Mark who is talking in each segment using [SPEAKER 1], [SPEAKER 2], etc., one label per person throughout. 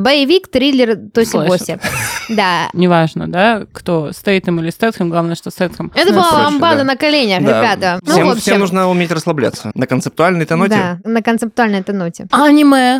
[SPEAKER 1] Боевик, триллер, тоси-боси. Да.
[SPEAKER 2] Неважно, да, кто, Стейтем или Стэтхэм, главное, что Стэтхэм.
[SPEAKER 1] Это была ламбада на коленях, ребята.
[SPEAKER 3] Всем нужно уметь расслабляться. На концептуальной-то ноте.
[SPEAKER 1] Да, на концептуальной-то ноте.
[SPEAKER 2] Аниме.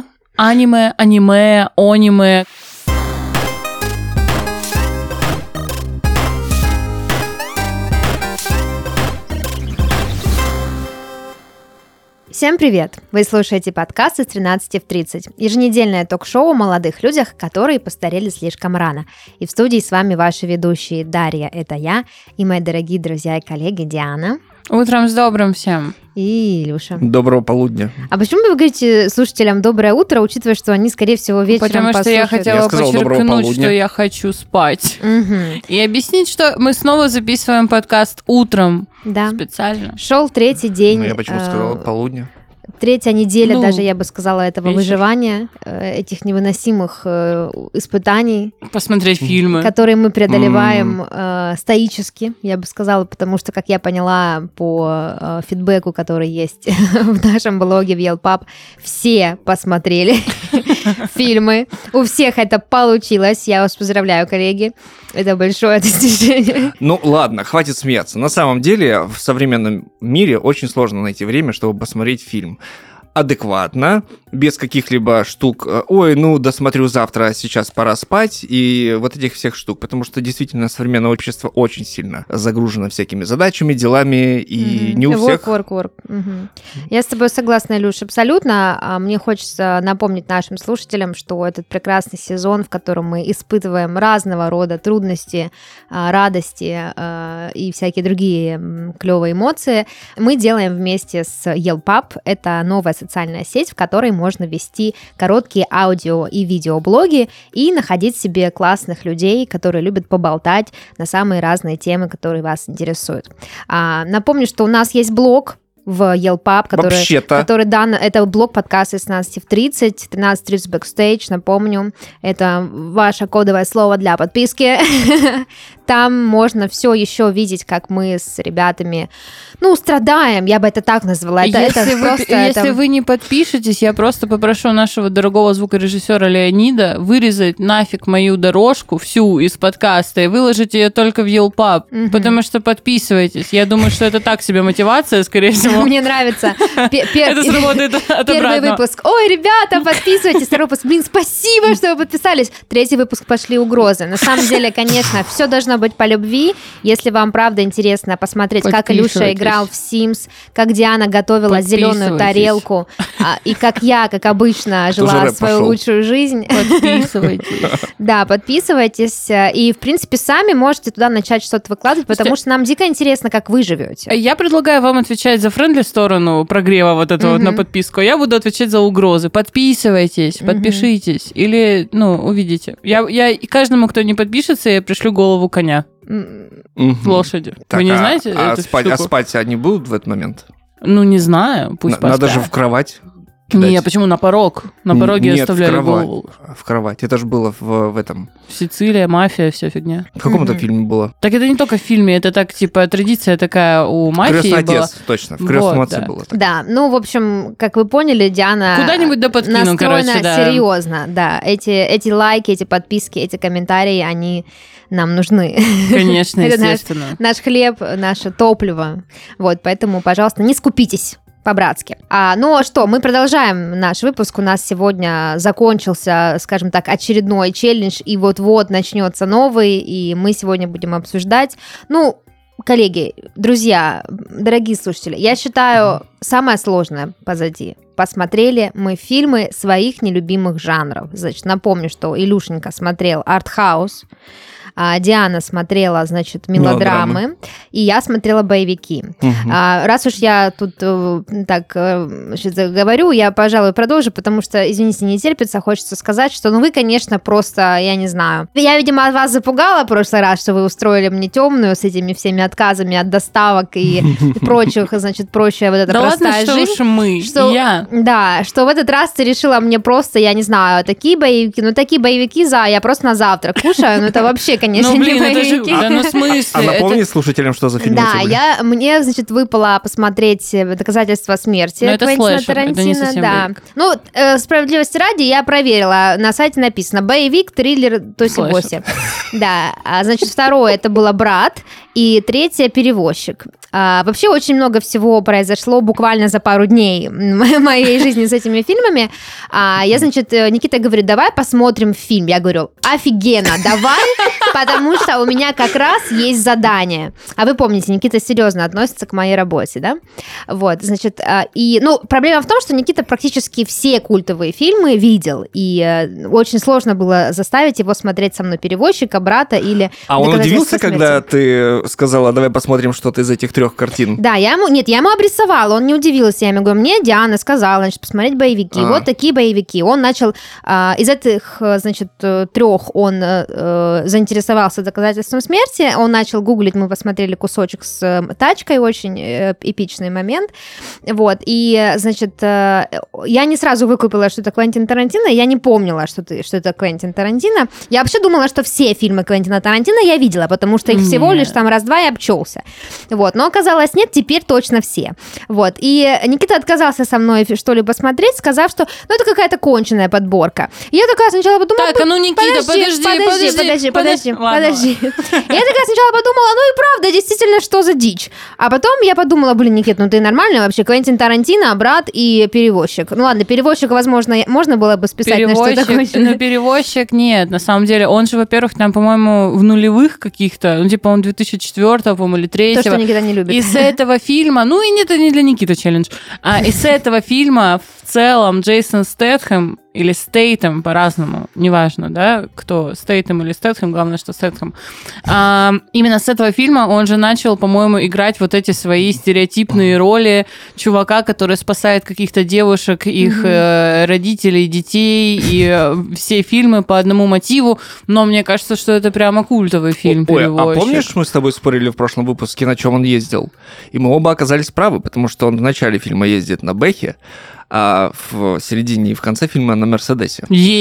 [SPEAKER 1] Всем привет! Вы слушаете подкаст «С 13 в 30». Еженедельное ток-шоу о молодых людях, которые постарели слишком рано. И в студии с вами ваши ведущие Дарья, это я, и мои дорогие друзья и коллеги Диана.
[SPEAKER 2] Утром с добрым всем.
[SPEAKER 1] И Илюша.
[SPEAKER 3] Доброго полудня.
[SPEAKER 1] А почему вы говорите слушателям «доброе утро», учитывая, что они, скорее всего, вечером
[SPEAKER 2] Потому что
[SPEAKER 1] послушают?
[SPEAKER 2] я хотела подчеркнуть, что я хочу спать. И объяснить, что мы снова записываем подкаст утром.
[SPEAKER 1] Да.
[SPEAKER 2] Специально.
[SPEAKER 1] Шел третий день.
[SPEAKER 3] Я почему сказала полудня?
[SPEAKER 1] Третья неделя, даже я бы сказала, этого выживания, этих невыносимых испытаний.
[SPEAKER 2] Посмотреть фильмы.
[SPEAKER 1] Которые мы преодолеваем стоически, я бы сказала, потому что, как я поняла по фидбэку, который есть в нашем блоге в Yelp, все посмотрели фильмы. У всех это получилось. Я вас поздравляю, коллеги. Это большое достижение.
[SPEAKER 3] Ну ладно, хватит смеяться. На самом деле в современном мире очень сложно найти время, чтобы посмотреть фильм адекватно, без каких-либо штук, досмотрю завтра, сейчас пора спать, и вот этих всех штук, потому что действительно современное общество очень сильно загружено всякими задачами, делами, и не у всех...
[SPEAKER 1] Work. Я с тобой согласна, Илюш, абсолютно. Мне хочется напомнить нашим слушателям, что этот прекрасный сезон, в котором мы испытываем разного рода трудности, радости и всякие другие клевые эмоции, мы делаем вместе с Yelp. Это новая социальная сеть, в которой можно вести короткие аудио и видеоблоги и находить себе классных людей, которые любят поболтать на самые разные темы, которые вас интересуют. Напомню, что у нас есть блог в Yelp, который дан, это блог подкаста с 13 в 30, 13:30 бэкстейдж, напомню, это ваше кодовое слово для подписки. Там можно все еще видеть, как мы с ребятами, страдаем, я бы это так назвала.
[SPEAKER 2] Если вы не подпишетесь, я просто попрошу нашего дорогого звукорежиссера Леонида вырезать нафиг мою дорожку всю из подкаста и выложить ее только в Yelp, потому что подписывайтесь. Я думаю, что это так себе мотивация, скорее всего.
[SPEAKER 1] Мне нравится.
[SPEAKER 2] Это сработает от
[SPEAKER 1] Первый выпуск. Ой, ребята, подписывайтесь. Второй выпуск. Спасибо, что вы подписались. Третий выпуск пошли угрозы. На самом деле, конечно, все должно быть по любви. Если вам правда интересно посмотреть, как Илюша играл в Sims, как Диана готовила зеленую тарелку, и как я, как обычно, жила свою лучшую жизнь.
[SPEAKER 2] Подписывайтесь.
[SPEAKER 1] Да, подписывайтесь. И, в принципе, сами можете туда начать что-то выкладывать, потому что нам дико интересно, как вы живете.
[SPEAKER 2] Я предлагаю вам отвечать за френдли сторону прогрева вот этого вот на подписку, а я буду отвечать за угрозы. Подписывайтесь, подпишитесь, или, увидите. Я каждому, кто не подпишется, я пришлю голову коня. Лошади.
[SPEAKER 3] Так,
[SPEAKER 2] вы не знаете эту
[SPEAKER 3] штуку? А спать они будут в этот момент?
[SPEAKER 2] Не знаю, пусть поспят.
[SPEAKER 3] Надо же в кровать.
[SPEAKER 2] Не, почему на порог? На пороге оставляли голову.
[SPEAKER 3] В кровать. Это же было в этом...
[SPEAKER 2] Сицилия, мафия, вся фигня.
[SPEAKER 3] В каком-то фильме было.
[SPEAKER 2] Так это не только в фильме, это так, традиция такая у мафии
[SPEAKER 3] «Крестный
[SPEAKER 2] была.
[SPEAKER 3] отец», точно. В «Крестном отце» было.
[SPEAKER 1] Да, в общем, как вы поняли, Диана
[SPEAKER 2] куда-нибудь подкину,
[SPEAKER 1] настроена серьезно. Да, эти лайки, эти подписки, эти комментарии, они нам нужны.
[SPEAKER 2] Конечно, естественно.
[SPEAKER 1] Наш хлеб, наше топливо. Поэтому, пожалуйста, не скупитесь. По-братски. Что, мы продолжаем наш выпуск. У нас сегодня закончился, скажем так, очередной челлендж, и вот-вот начнется новый, и мы сегодня будем обсуждать. Коллеги, друзья, дорогие слушатели, я считаю, самое сложное позади. Посмотрели мы фильмы своих нелюбимых жанров. Значит, напомню, что Илюшенька смотрел артхаус, Диана смотрела, мелодрамы, и я смотрела боевики. Раз уж я тут говорю, я, пожалуй, продолжу, потому что, извините, не терпится, хочется сказать, что вы, конечно, просто, я не знаю. Я, видимо, вас запугала в прошлый раз, что вы устроили мне темную с этими всеми отказами от доставок и прочих, прочая вот эта простая жизнь.
[SPEAKER 2] Да ладно, что уж мы, я.
[SPEAKER 1] Да, что в этот раз ты решила мне просто, я не знаю, такие боевики, я просто на завтрак кушаю, это вообще, конечно, не боевики.
[SPEAKER 2] Ну, в смысле?
[SPEAKER 3] А напомни слушателям, что за фильм.
[SPEAKER 1] Да, мне, значит, выпало посмотреть «Доказательства смерти» Квентина Тарантино. Да. Ну, справедливости ради, я проверила. На сайте написано «Боевик, триллер, тоси-боси». Да, значит, второе это было «Брат», и третье «Перевозчик». Вообще очень много всего произошло буквально за пару дней в моей жизни с этими фильмами. Я, значит, Никита говорит, давай посмотрим фильм. Я говорю, офигенно, давай, потому что у меня как раз есть задание. А вы помните, Никита серьезно относится к моей работе, да? Вот, значит, проблема в том, что Никита практически все культовые фильмы видел, и очень сложно было заставить его смотреть со мной «Перевозчика», «Брата» или
[SPEAKER 3] А он удивился, когда ты сказала, давай посмотрим что-то из этих 3 картин?
[SPEAKER 1] Да, я ему обрисовала, он не удивился. Я ему говорю, мне Диана сказала, значит, посмотреть боевики. Вот такие боевики. Он начал, из этих, значит, 3 он заинтересовался «Доказательством смерти». Он начал гуглить, мы посмотрели кусочек с тачкой, очень эпичный момент. Вот, и, значит, я не сразу выкупила, что это Квентин Тарантино, я не помнила, что это Квентин Тарантино. Я вообще думала, что все фильмы Квентина Тарантино я видела, потому что их всего лишь там раз-два и обчелся. Вот, но оказалось, нет, теперь точно все. Вот, и Никита отказался со мной что-либо смотреть, сказав, что, это какая-то конченая подборка. И я такая сначала подумала...
[SPEAKER 2] Так, Никита, подожди.
[SPEAKER 1] Я такая сначала подумала, и правда, действительно, что за дичь. А потом я подумала, Никит, ты нормальный вообще, Квентин Тарантино, «Брат» и «Перевозчик». Ну ладно, «Перевозчик», возможно, можно было бы списать на что-то конченое.
[SPEAKER 2] «Перевозчик» нет, на самом деле, он же, во-первых, там, по-моему, в нулевых каких-то, он 2004-го, по-моему, или 3-го.
[SPEAKER 1] То, что Никита не любит.
[SPEAKER 2] Из этого фильма, и это не для Никиты челлендж, из этого фильма в целом Джейсон Стэтхэм или Стейтем по-разному, неважно, да, кто Стейтем или Стэтхэм, главное, что Стэтхэм. Именно с этого фильма он же начал, по-моему, играть вот эти свои стереотипные роли чувака, который спасает каких-то девушек, их родителей, детей, и все фильмы по одному мотиву, но мне кажется, что это прямо культовый фильм.
[SPEAKER 3] Ой, а помнишь, мы с тобой спорили в прошлом выпуске, на чем он ездил? И мы оба оказались правы, потому что он в начале фильма ездит на Бэхе, а в середине и в конце фильма на Мерседесе.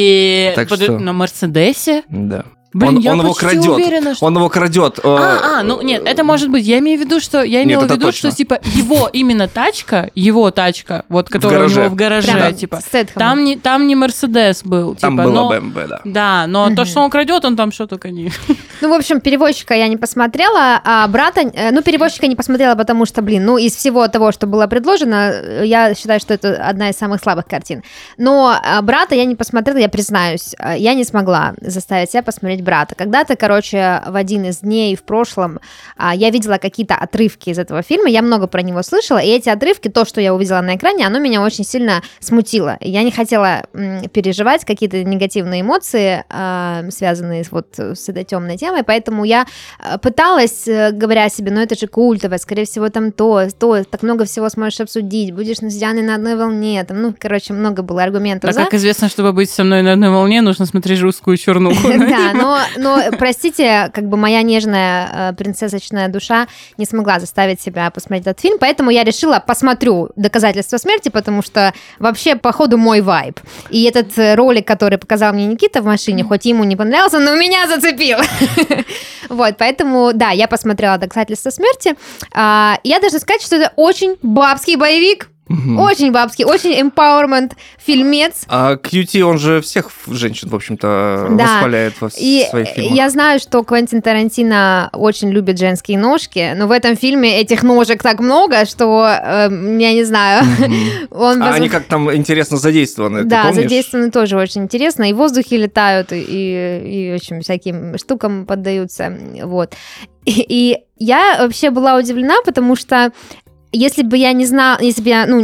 [SPEAKER 2] На Мерседесе?
[SPEAKER 3] Да.
[SPEAKER 2] Блин,
[SPEAKER 3] он его крадет.
[SPEAKER 2] Уверена, что...
[SPEAKER 3] Он его крадет.
[SPEAKER 2] Нет, это может быть. Я имею в виду, что что типа его именно тачка, вот которая у него в гараже,
[SPEAKER 1] прямо,
[SPEAKER 2] типа. Там не Мерседес был,
[SPEAKER 3] там
[SPEAKER 2] типа,
[SPEAKER 3] была БМВ, да.
[SPEAKER 2] Да, но то, что он крадет, он там что только не.
[SPEAKER 1] В общем, «Перевозчика» я не посмотрела, а «Брата», «Перевозчика» не посмотрела, потому что, из всего того, что было предложено, я считаю, что это одна из самых слабых картин. Но «Брата» я не посмотрела, я признаюсь, я не смогла заставить себя посмотреть «Брата». Когда-то, в один из дней в прошлом я видела какие-то отрывки из этого фильма, я много про него слышала, и эти отрывки, то, что я увидела на экране, оно меня очень сильно смутило. Я не хотела переживать какие-то негативные эмоции, связанные с этой темной темой, поэтому я пыталась, говоря себе, это же культово, скорее всего, там то, так много всего сможешь обсудить, будешь с Дианой на одной волне, много было аргументов.
[SPEAKER 2] Как известно, чтобы быть со мной на одной волне, нужно смотреть русскую чернуху.
[SPEAKER 1] Да, но, простите, моя нежная принцессочная душа не смогла заставить себя посмотреть этот фильм, поэтому я решила, посмотрю «Доказательства смерти», потому что вообще, походу, мой вайб. И этот ролик, который показал мне Никита в машине, хоть ему не понравился, но меня зацепил. Вот, поэтому, да, я посмотрела «Доказательства смерти». Я должна сказать, что это очень бабский боевик. Очень бабский, очень empowerment фильмец.
[SPEAKER 3] А Кьюти, он же всех женщин, в общем-то, восхваляет во своих фильмах.
[SPEAKER 1] Я знаю, что Квентин Тарантино очень любит женские ножки, но в этом фильме этих ножек так много, что, я не знаю.
[SPEAKER 3] Они как там интересно задействованы,
[SPEAKER 1] да, ты помнишь? Задействованы тоже очень интересно, и в воздухе летают, и очень всяким штукам поддаются, вот. И я вообще была удивлена, потому что если бы я не знала, если бы я,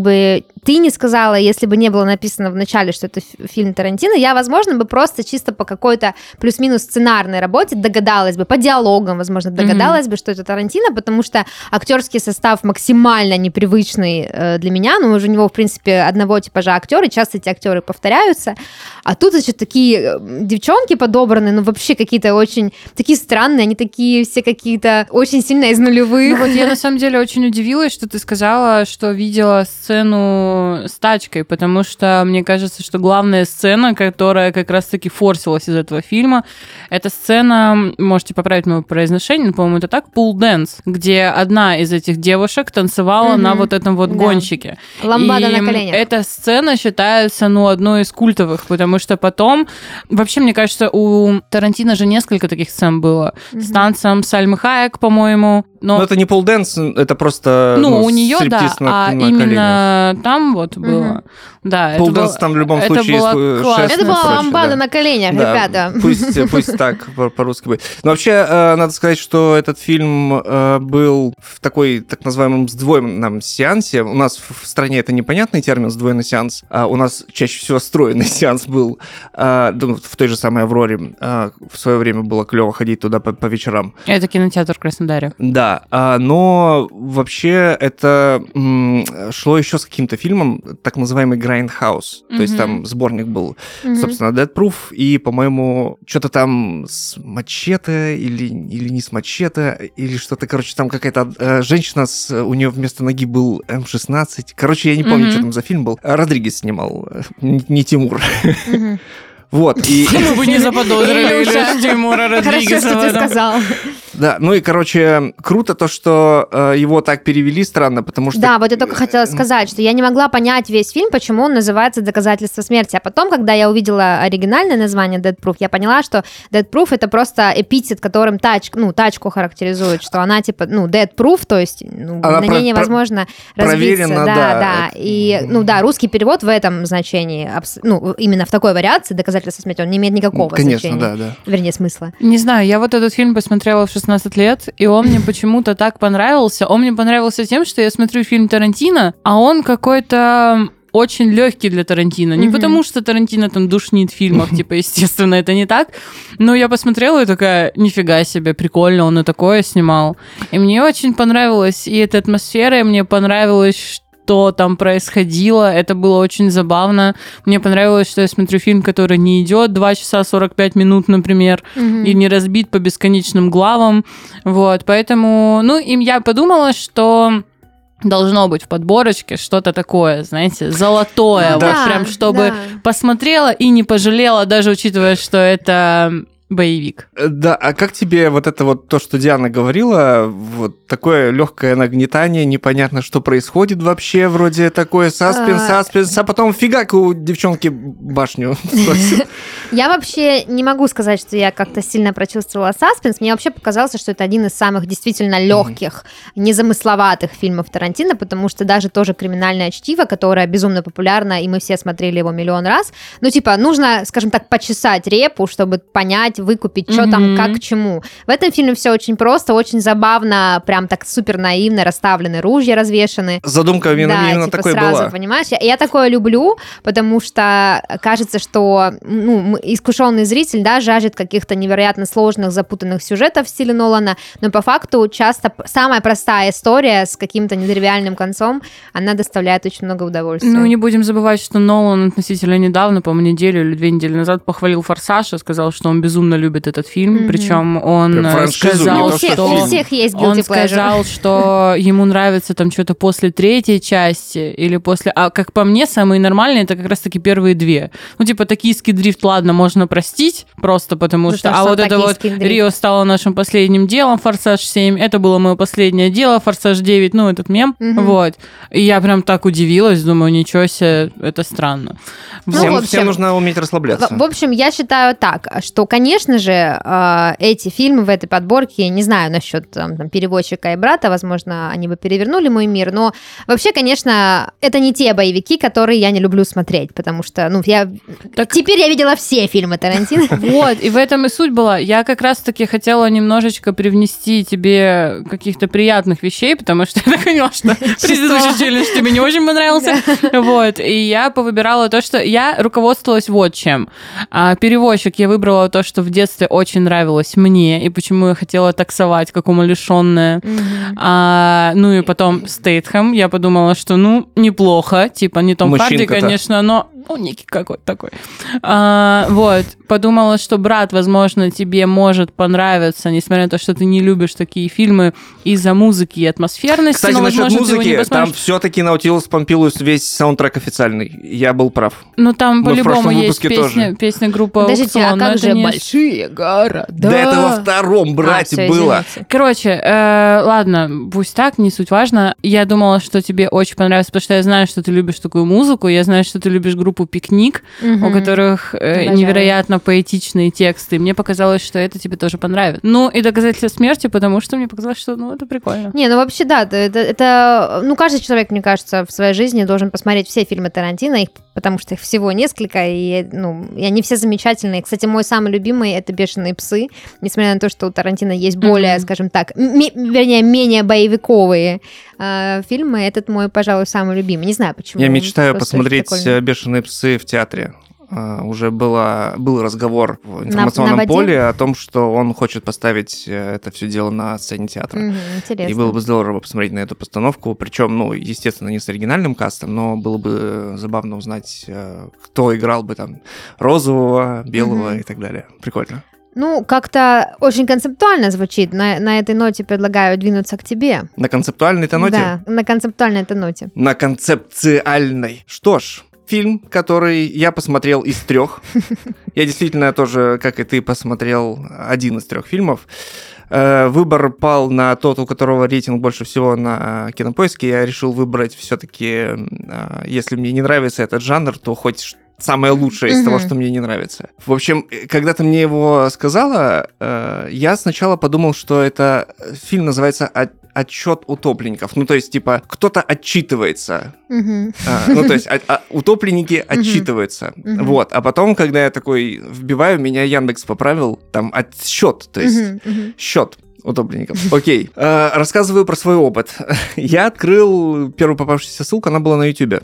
[SPEAKER 1] ты не сказала, если бы не было написано в начале, что это фильм Тарантино, я, возможно, бы просто чисто по какой-то плюс-минус сценарной работе догадалась бы, по диалогам, возможно, догадалась бы, что это Тарантино, потому что актерский состав максимально непривычный для меня, уже у него, в принципе, одного типажа актеры, часто эти актеры повторяются, а тут, такие девчонки подобраны, вообще какие-то очень, такие странные, они такие все какие-то очень сильно из нулевых.
[SPEAKER 2] Я, на самом деле, очень удивилась, что ты сказала, что видела сцену сцену с тачкой, потому что мне кажется, что главная сцена, которая как раз-таки форсилась из этого фильма, это сцена, можете поправить мое произношение, но, по-моему, это так, Pool Dance, где одна из этих девушек танцевала на вот этом вот гонщике.
[SPEAKER 1] Ламбада на коленях.
[SPEAKER 2] Эта сцена считается, одной из культовых, потому что потом... Вообще, мне кажется, у Тарантино же несколько таких сцен было. С танцем Сальмы Хайек, по-моему.
[SPEAKER 3] Но это не Pool Dance, это просто
[SPEAKER 2] у нее, да, а именно там вот было. Да,
[SPEAKER 3] Pool Dance там в любом случае
[SPEAKER 1] шест. Это была ламбада на коленях, ребята.
[SPEAKER 3] Пусть так по-русски будет. Но вообще, надо сказать, что этот фильм был в такой так называемом сдвоенном сеансе. У нас в стране это непонятный термин, сдвоенный сеанс. А у нас чаще всего стройный сеанс был. В той же самой «Авроре» в свое время было клево ходить туда по вечерам.
[SPEAKER 2] Это кинотеатр в Краснодаре.
[SPEAKER 3] Да, но вообще это шло еще с каким-то фильмом, так называемый Grindhouse. То есть там сборник был, собственно, Death Proof, и, по-моему, что-то там с мачете или не с мачете, или что-то, короче, там какая-то женщина, у нее вместо ноги был М16. Короче, я не помню, что там за фильм был. Родригес снимал, не Тимур. Вот, и...
[SPEAKER 2] Мы бы не заподозрили Тимура Родригеса.
[SPEAKER 1] Хорошо, что ты сказал.
[SPEAKER 3] Да, короче, круто то, что его так перевели странно, потому что...
[SPEAKER 1] Да, вот я только хотела сказать, что я не могла понять весь фильм, почему он называется «Доказательство смерти». А потом, когда я увидела оригинальное название Death Proof, я поняла, что Death Proof — это просто эпитет, которым тачку характеризует, что она типа, Death Proof, то есть на ней невозможно разбиться. Да. И, русский перевод в этом значении, именно в такой вариации «Доказательство смерти», он не имеет никакого значения.
[SPEAKER 3] Да.
[SPEAKER 1] Вернее, смысла.
[SPEAKER 2] Не знаю, я вот этот фильм посмотрела в 16 лет, и он мне почему-то так понравился. Он мне понравился тем, что я смотрю фильм Тарантино, а он какой-то очень легкий для Тарантино. Не потому, что Тарантино там душнит в фильмах, типа, естественно, это не так. Но я посмотрела и такая, нифига себе, прикольно, он и такое снимал. И мне очень понравилась и эта атмосфера, и мне понравилось, что там происходило, это было очень забавно. Мне понравилось, что я смотрю фильм, который не идет 2 часа 45 минут, например, и не разбит по бесконечным главам. Вот, поэтому, я подумала, что должно быть в подборочке что-то такое, знаете, золотое, вот прям, чтобы посмотрела и не пожалела, даже учитывая, что это... боевик.
[SPEAKER 3] Да, а как тебе вот это вот то, что Диана говорила, вот такое легкое нагнетание, непонятно, что происходит вообще, вроде такое саспенс, а потом фигак у девчонки башню сносит.
[SPEAKER 1] Я вообще не могу сказать, что я как-то сильно прочувствовала саспенс. Мне вообще показалось, что это один из самых действительно легких, незамысловатых фильмов Тарантино, потому что даже тоже «Криминальное чтиво», которое безумно популярно, и мы все смотрели его миллион раз, нужно, скажем так, почесать репу, чтобы понять, выкупить, что там, как, к чему. В этом фильме все очень просто, очень забавно, прям так супер наивно расставлены ружья, развешаны.
[SPEAKER 3] Задумка именно такой
[SPEAKER 1] сразу,
[SPEAKER 3] была.
[SPEAKER 1] Понимаешь? Я такое люблю, потому что кажется, что искушенный зритель, жаждет каких-то невероятно сложных, запутанных сюжетов в стиле Нолана, но по факту часто самая простая история с каким-то нетривиальным концом, она доставляет очень много удовольствия.
[SPEAKER 2] Не будем забывать, что Нолан относительно недавно, по-моему, неделю или 2 недели назад похвалил «Форсаж» и сказал, что он безумно любит этот фильм, причем он сказал, что...
[SPEAKER 1] У всех есть guilty
[SPEAKER 2] pleasure. Он сказал, что ему нравится там что-то после 3-й части или после... А как по мне, самые нормальные, это как раз-таки первые 2. «Токийский дрифт», ладно, можно простить, просто потому что... А вот это вот дрифт. «Рио» стало нашим последним делом, «Форсаж 7», это было мое последнее дело, «Форсаж 9», этот мем, вот. И я прям так удивилась, думаю, ничего себе, это странно.
[SPEAKER 3] Всем нужно уметь расслабляться.
[SPEAKER 1] В общем, я считаю так, что, конечно же, эти фильмы в этой подборке, не знаю насчет там, «Переводчика и брата», возможно, они бы перевернули мой мир, но вообще, конечно, это не те боевики, которые я не люблю смотреть, потому что, теперь я видела все фильмы Тарантино.
[SPEAKER 2] Вот, и в этом и суть была. Я как раз-таки хотела немножечко привнести тебе каких-то приятных вещей, потому что я поняла, что предыдущий челлендж тебе не очень понравился. Вот, и я повыбирала то, что я руководствовалась вот чем. Переводчик я выбрала то, что в детстве очень нравилось мне, и почему я хотела таксовать, как умалишенная. И потом Стейтхэм. Я подумала, что, неплохо. Типа, не Том Харди, конечно, но некий какой-то такой. Вот. подумала, что «Брат», возможно, тебе может понравиться, несмотря на то, что ты не любишь такие фильмы из-за музыки и атмосферности.
[SPEAKER 3] Кстати,
[SPEAKER 2] но,
[SPEAKER 3] насчет
[SPEAKER 2] возможно,
[SPEAKER 3] музыки, там все-таки Наутилус Помпилиус весь саундтрек официальный. Я был прав.
[SPEAKER 2] Ну, там по-любому есть песня группы
[SPEAKER 1] Подождите,
[SPEAKER 2] «Аукцион».
[SPEAKER 1] а как же «Большие города»?
[SPEAKER 3] Да это во втором «Брате» было.
[SPEAKER 1] Извините.
[SPEAKER 2] Короче, ладно, пусть так, не суть важно. Я думала, что тебе очень понравится, потому что я знаю, что ты любишь такую музыку, я знаю, что ты любишь группу «Пикник», у которых невероятно поэтичные тексты. Мне показалось, что это тебе тоже понравится. Ну, и «Доказательство смерти», потому что мне показалось, что, это прикольно.
[SPEAKER 1] Не, вообще, да, это каждый человек, мне кажется, в своей жизни должен посмотреть все фильмы Тарантино, потому что их всего несколько, и они все замечательные. Кстати, мой самый любимый — это «Бешеные псы», несмотря на то, что у Тарантино есть более, скажем так, менее боевиковые фильмы, этот мой, пожалуй, самый любимый. Не знаю, почему.
[SPEAKER 3] Я мечтаю посмотреть «Бешеные псы» в театре. Уже был разговор в информационном поле о том, что он хочет поставить это все дело на сцене театра.
[SPEAKER 1] Интересно.
[SPEAKER 3] И было бы здорово посмотреть на эту постановку. Причем, естественно, не с оригинальным кастом, но было бы забавно узнать, кто играл бы там розового, белого и так далее. Прикольно.
[SPEAKER 1] Как-то очень концептуально звучит. На этой ноте предлагаю двинуться к тебе.
[SPEAKER 3] На концептуальной-то ноте?
[SPEAKER 1] Да, на концептуальной-то ноте.
[SPEAKER 3] На концепциальной. Что ж, фильм, который я посмотрел из 3. Я действительно тоже, как и ты, посмотрел один из 3 фильмов. Выбор пал на тот, у которого рейтинг больше всего на Кинопоиске. Я решил выбрать все-таки, если мне не нравится этот жанр, то хоть самое лучшее из того, что мне не нравится. В общем, когда ты мне его сказала, я сначала подумал, что это фильм называется «Отчет утопленников». То есть, типа, кто-то отчитывается. То есть, утопленники отчитываются. Вот. А потом, когда я такой вбиваю, меня Яндекс поправил, там отсчет, то есть счет утопленников. Окей. Рассказываю про свой опыт. Я открыл первую попавшуюся ссылку, она была на Ютубе.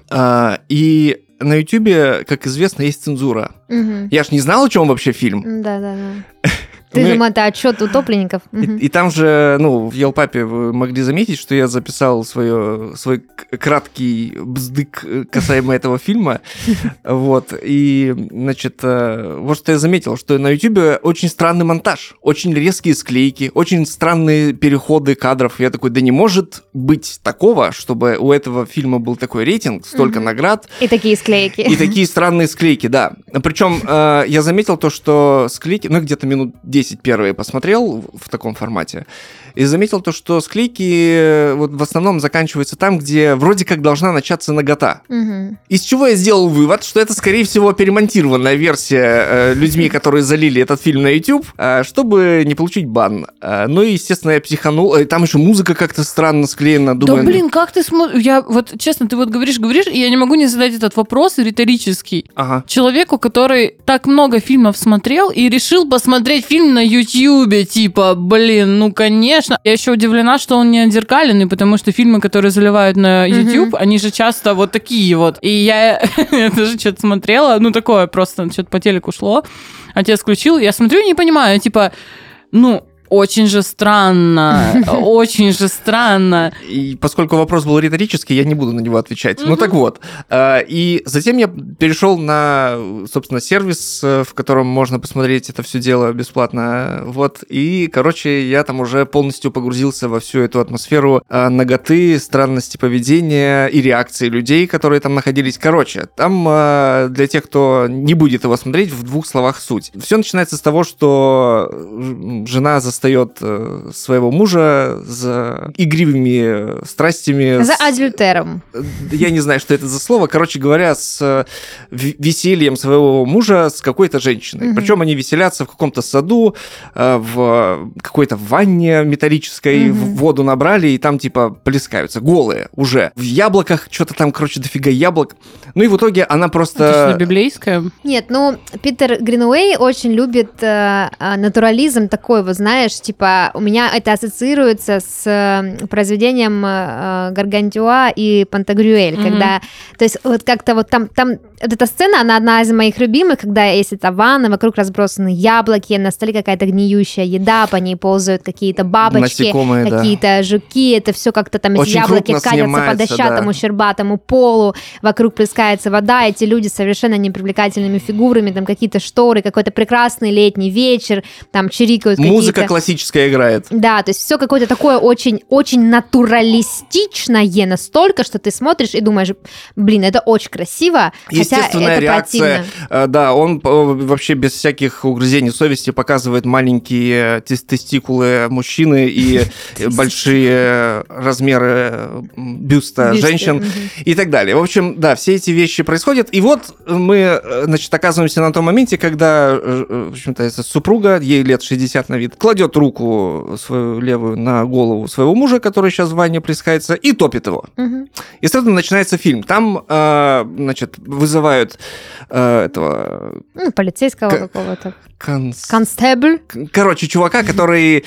[SPEAKER 3] И на Ютубе, как известно, есть цензура. Я ж не знал, о чем вообще фильм.
[SPEAKER 1] Да. Ты думал, это отчет утопленников?
[SPEAKER 3] И там же, в Елпапе вы могли заметить, что я записал свой краткий бздык касаемо этого фильма. Вот. И, значит, вот что я заметил, что на Ютубе очень странный монтаж, очень резкие склейки, очень странные переходы кадров. Я такой, да не может быть такого, чтобы у этого фильма был такой рейтинг, столько наград.
[SPEAKER 1] И такие склейки.
[SPEAKER 3] И такие странные склейки, да. Причем я заметил то, что склейки, где-то минут 10 первые посмотрел в таком формате, и заметил то, что склейки в основном заканчиваются там, где вроде как должна начаться нагота. Из чего я сделал вывод, что это, скорее всего, перемонтированная версия людьми, которые залили этот фильм на YouTube, чтобы не получить бан. Ну и, естественно, я психанул. Там еще музыка как-то странно склеена. Думаю,
[SPEAKER 2] да, блин, как ты смотришь? Я честно, ты говоришь, и я не могу не задать этот вопрос риторический. Человеку, который так много фильмов смотрел и решил посмотреть фильм на Ютьюбе, типа, блин, конечно. Я еще удивлена, что он не отзеркаленный, потому что фильмы, которые заливают на YouTube, они же часто вот такие вот. И я тоже что-то смотрела, такое просто что-то по телеку шло. Отец включил, я смотрю и не понимаю, типа, очень же странно, очень же странно.
[SPEAKER 3] И поскольку вопрос был риторический, я не буду на него отвечать. Так вот. И затем я перешел на, собственно, сервис, в котором можно посмотреть это все дело бесплатно. Вот. И, я там уже полностью погрузился во всю эту атмосферу наготы, странности поведения и реакции людей, которые там находились. Там для тех, кто не будет его смотреть, в 2 словах суть. Все начинается с того, что жена застает своего мужа за игривыми страстями.
[SPEAKER 1] За адюльтером.
[SPEAKER 3] Я не знаю, что это за слово. с весельем своего мужа с какой-то женщиной. Причем они веселятся в каком-то саду, в какой-то ванне металлической, воду набрали, и там типа плескаются, голые уже. В яблоках, что-то там, дофига яблок. Ну и в итоге она просто...
[SPEAKER 2] Это что, библейское?
[SPEAKER 1] Нет, Питер Гринуэй очень любит натурализм такой, знаешь, знаешь, типа, у меня это ассоциируется с произведением Гаргантюа и Пантагрюэль, когда, то есть вот как-то вот там вот эта сцена, она одна из моих любимых, когда есть эта ванна, вокруг разбросаны яблоки, на столе какая-то гниющая еда, по ней ползают какие-то бабочки,
[SPEAKER 3] насекомые,
[SPEAKER 1] какие-то жуки, это все как-то там эти яблоки катятся по дощатому, щербатому полу, вокруг плескается вода, эти люди с совершенно непривлекательными фигурами, там какие-то шторы, какой-то прекрасный летний вечер, там чирикают какие-то...
[SPEAKER 3] Музыка классическая играет.
[SPEAKER 1] Да, то есть все какое-то такое очень, очень натуралистичное настолько, что ты смотришь и думаешь, блин, это очень красиво,
[SPEAKER 3] естественная
[SPEAKER 1] это
[SPEAKER 3] реакция.
[SPEAKER 1] противно.
[SPEAKER 3] Да, он вообще без всяких угрызений совести показывает маленькие тестикулы мужчины и большие размеры бюста женщин и так далее. В общем, да, все эти вещи происходят. И вот мы, значит, оказываемся на том моменте, когда, в общем-то, эта супруга, ей лет 60 на вид, кладет руку свою левую на голову своего мужа, который сейчас в ванне плескается, и топит его. И сразу начинается фильм. Там, значит, вызывают этого...
[SPEAKER 1] полицейского какого-то.
[SPEAKER 3] Констебль. Короче, чувака, который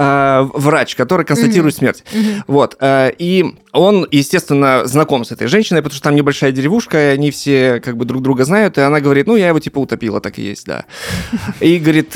[SPEAKER 3] врач, который констатирует смерть. Вот. И он, естественно, знаком с этой женщиной, потому что там небольшая деревушка, и они все как бы друг друга знают, и она говорит, я его типа утопила, так и есть, да. И говорит,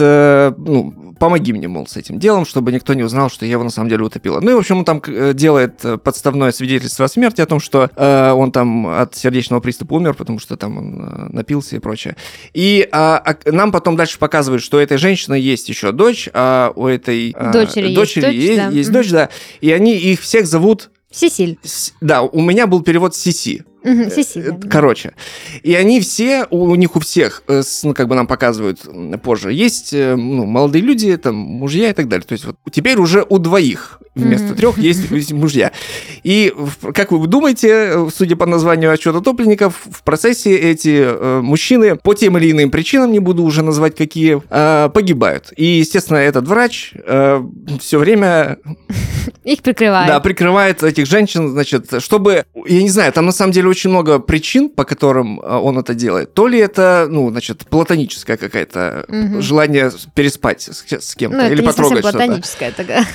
[SPEAKER 3] помоги мне, мол, с этим делом, чтобы никто не узнал, что я его на самом деле утопила. Ну и, в общем, он там делает подставное свидетельство о смерти, о том, что он там от сердечного приступа умер, потому что там он напился и прочее. И нам потом дальше показывают, что у этой женщины есть еще дочь, а у этой дочери есть дочь, да. И они их всех зовут...
[SPEAKER 1] Сесиль.
[SPEAKER 3] Да, у меня был перевод Сиси.
[SPEAKER 1] Сесиль.
[SPEAKER 3] Короче. И они все, у них у всех, как бы нам показывают позже, есть молодые люди, там, мужья и так далее. То есть вот теперь уже у двоих вместо трех есть мужья. И, как вы думаете, судя по названию отчета утопленников, в процессе эти мужчины по тем или иным причинам, не буду уже назвать какие, погибают. И, естественно, этот врач все время...
[SPEAKER 1] Их прикрывает.
[SPEAKER 3] Да, прикрывает этих женщин, значит, чтобы... Я не знаю, там на самом деле очень много причин, по которым он это делает. То ли это, значит, платоническое какое-то желание переспать с кем-то или потрогать что-то.
[SPEAKER 1] Это не совсем платоническое.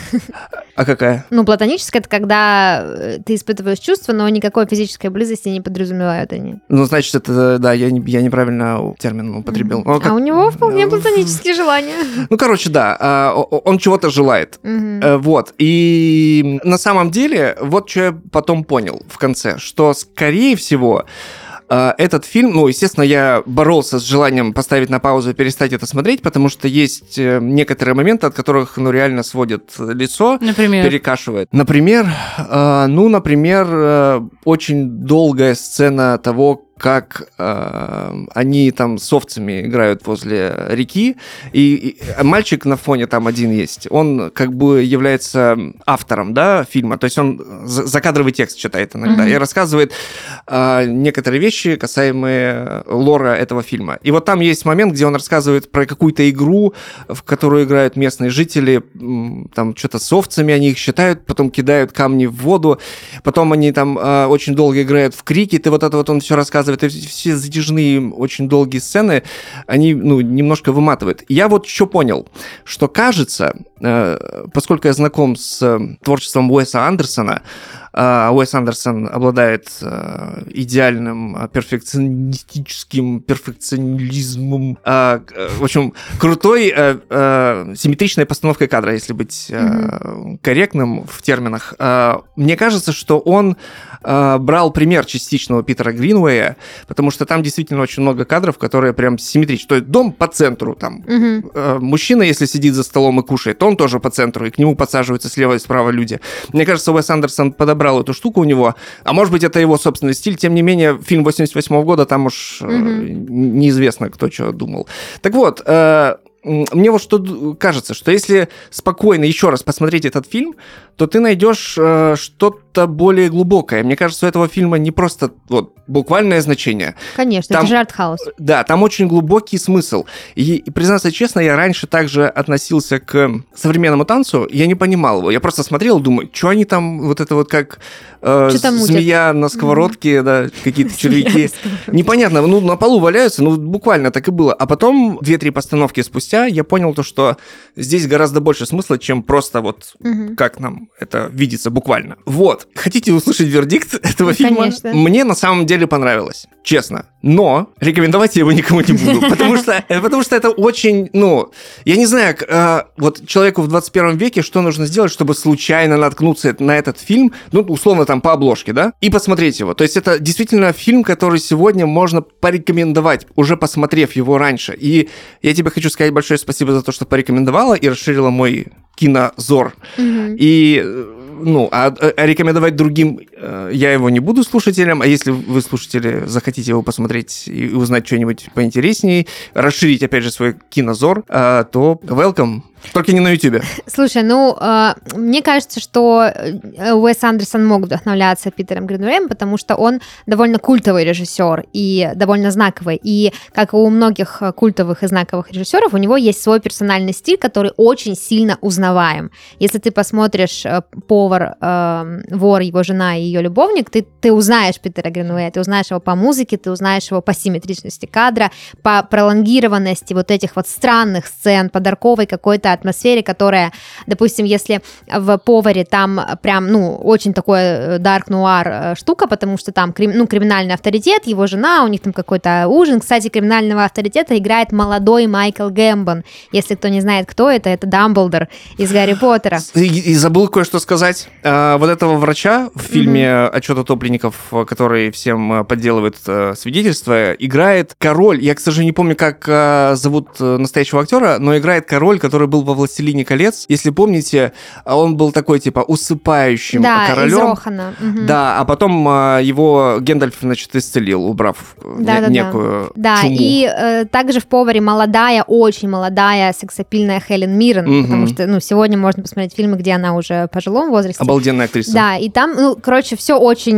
[SPEAKER 3] А какая?
[SPEAKER 1] Платоническое — это когда ты испытываешь чувства, но никакой физической близости не подразумевают они.
[SPEAKER 3] Значит, это, да, я неправильно термин употребил.
[SPEAKER 1] А у него вполне платонические желания.
[SPEAKER 3] Короче, да, он чего-то желает. Вот. И на самом деле, вот что я потом понял в конце, что, скорее всего, этот фильм, естественно, я боролся с желанием поставить на паузу и перестать это смотреть, потому что есть некоторые моменты, от которых, реально сводит лицо, перекашивает. Например, очень долгая сцена того, как они там с овцами играют возле реки, и мальчик на фоне там один есть, он как бы является автором, да, фильма, то есть он закадровый текст читает иногда и рассказывает некоторые вещи, касаемые лора этого фильма. И вот там есть момент, где он рассказывает про какую-то игру, в которую играют местные жители, там что-то с овцами, они их считают, потом кидают камни в воду, потом они там очень долго играют в крикет, и вот это вот он все рассказывает. Это все затяжные, очень долгие сцены, они, немножко выматывают. Я вот что понял, что кажется, поскольку я знаком с творчеством Уэса Андерсона, Уэс Андерсон обладает идеальным перфекционизмом, в общем, крутой симметричной постановкой кадра, если быть корректным в терминах. Мне кажется, что он брал пример частично у Питера Гринуэя, потому что там действительно очень много кадров, которые прям симметричны. То есть дом по центру, там мужчина, если сидит за столом и кушает, то он тоже по центру, и к нему подсаживаются слева и справа люди. Мне кажется, Уэс Андерсон подобрал эту штуку у него, а может быть, это его собственный стиль, тем не менее, фильм 88 года, там уж неизвестно, кто что думал. Так вот, мне вот что кажется, что если спокойно еще раз посмотреть этот фильм, то ты найдешь что-то что-то более глубокое. Мне кажется, у этого фильма не просто вот буквальное значение.
[SPEAKER 1] Конечно,
[SPEAKER 3] там,
[SPEAKER 1] это же артхаус.
[SPEAKER 3] Да, там очень глубокий смысл. И, признаться честно, я раньше также относился к современному танцу, я не понимал его. Я просто смотрел, думаю, что они там, вот это вот как змея на сковородке, да, какие-то червяки. Непонятно, ну, на полу валяются, ну, буквально так и было. А потом, 2-3 постановки спустя, я понял то, что здесь гораздо больше смысла, чем просто вот как нам это видится буквально. Вот. Хотите услышать вердикт этого фильма?
[SPEAKER 1] Конечно.
[SPEAKER 3] Мне на самом деле понравилось, честно. Но рекомендовать я его никому не буду, потому что это очень, ну, я не знаю, вот человеку в 21 веке что нужно сделать, чтобы случайно наткнуться на этот фильм, ну, условно, там, по обложке, да, и посмотреть его. То есть это действительно фильм, который сегодня можно порекомендовать, уже посмотрев его раньше. И я тебе хочу сказать большое спасибо за то, что порекомендовала и расширила мой кинозор. И, ну, а рекомендовать другим я его не буду слушателям, а если вы, слушатели, захотите его посмотреть и узнать что-нибудь поинтереснее, расширить, опять же, свой кинозор, то welcome. Только не на Ютубе.
[SPEAKER 1] Слушай, ну, мне кажется, что Уэс Андерсон мог вдохновляться Питером Гринвеем, потому что он довольно культовый режиссер и довольно знаковый. И, как и у многих культовых и знаковых режиссеров, у него есть свой персональный стиль, который очень сильно узнаваем. Если ты посмотришь «Повар, вор, его жена и ее любовник», ты узнаешь Питера Гринвея, ты узнаешь его по музыке, ты узнаешь его по симметричности кадра, по пролонгированности вот этих вот странных сцен, по дарковой какой-то атмосфере, которая, допустим, если в «Поваре» там прям, ну, очень такой дарк-нуар штука, потому что там, криминальный авторитет, его жена, у них там какой-то ужин. Кстати, криминального авторитета играет молодой Майкл Гэмбон. Если кто не знает, кто это Дамблдор из «Гарри Поттера».
[SPEAKER 3] И забыл кое-что сказать. Вот этого врача в фильме «Отчет утопленников», который всем подделывает свидетельство, играет король. Я, к сожалению, не помню, как зовут настоящего актера, но играет король, который был во «Властелине колец». Если помните, он был такой, типа, усыпающим королем.
[SPEAKER 1] Да, из Рохана.
[SPEAKER 3] Да, а потом его Гэндальф, значит, исцелил, убрав некую
[SPEAKER 1] Да,
[SPEAKER 3] чуму.
[SPEAKER 1] и также в «Поваре» молодая, очень молодая сексапильная Хелен Миррен, потому что, ну, сегодня можно посмотреть фильмы, где она уже в пожилом возрасте.
[SPEAKER 3] Обалденная актриса.
[SPEAKER 1] Да, и там, ну, короче, все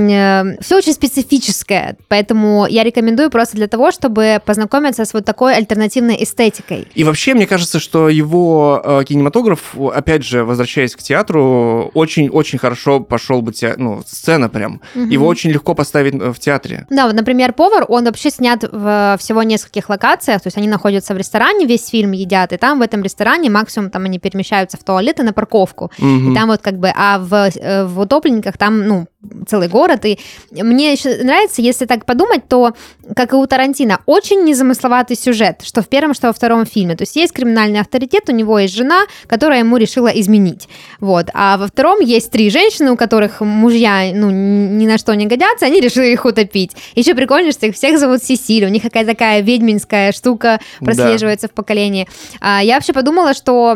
[SPEAKER 1] очень специфическое, поэтому я рекомендую просто для того, чтобы познакомиться с вот такой альтернативной эстетикой.
[SPEAKER 3] И вообще, мне кажется, что его кинематограф, опять же, возвращаясь к театру, очень-очень хорошо пошел бы, сцена прям. Его очень легко поставить в театре.
[SPEAKER 1] Да, вот, например, «Повар», он вообще снят в всего нескольких локациях, то есть они находятся в ресторане, весь фильм едят, и там в этом ресторане максимум там они перемещаются в туалет и на парковку. И там вот как бы, а в «Утопленниках» там, ну, целый город, и мне еще нравится, если так подумать, то, как и у Тарантино, очень незамысловатый сюжет, что в первом, что во втором фильме. То есть есть криминальный авторитет, у него есть жена, которая ему решила изменить. Вот. А во втором есть 3 женщины, у которых мужья, ну, ни на что не годятся, они решили их утопить. Еще прикольно, что их всех зовут Сесиль, у них какая-то такая ведьминская штука прослеживается в поколении. Я вообще подумала, что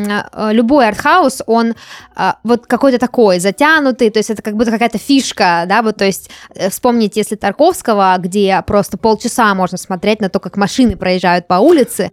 [SPEAKER 1] любой артхаус, он вот какой-то такой затянутый, то есть это как будто какая-то фишка, да, вот, то есть вспомните, если Тарковского, где просто полчаса можно смотреть на то, как машины проезжают по улице,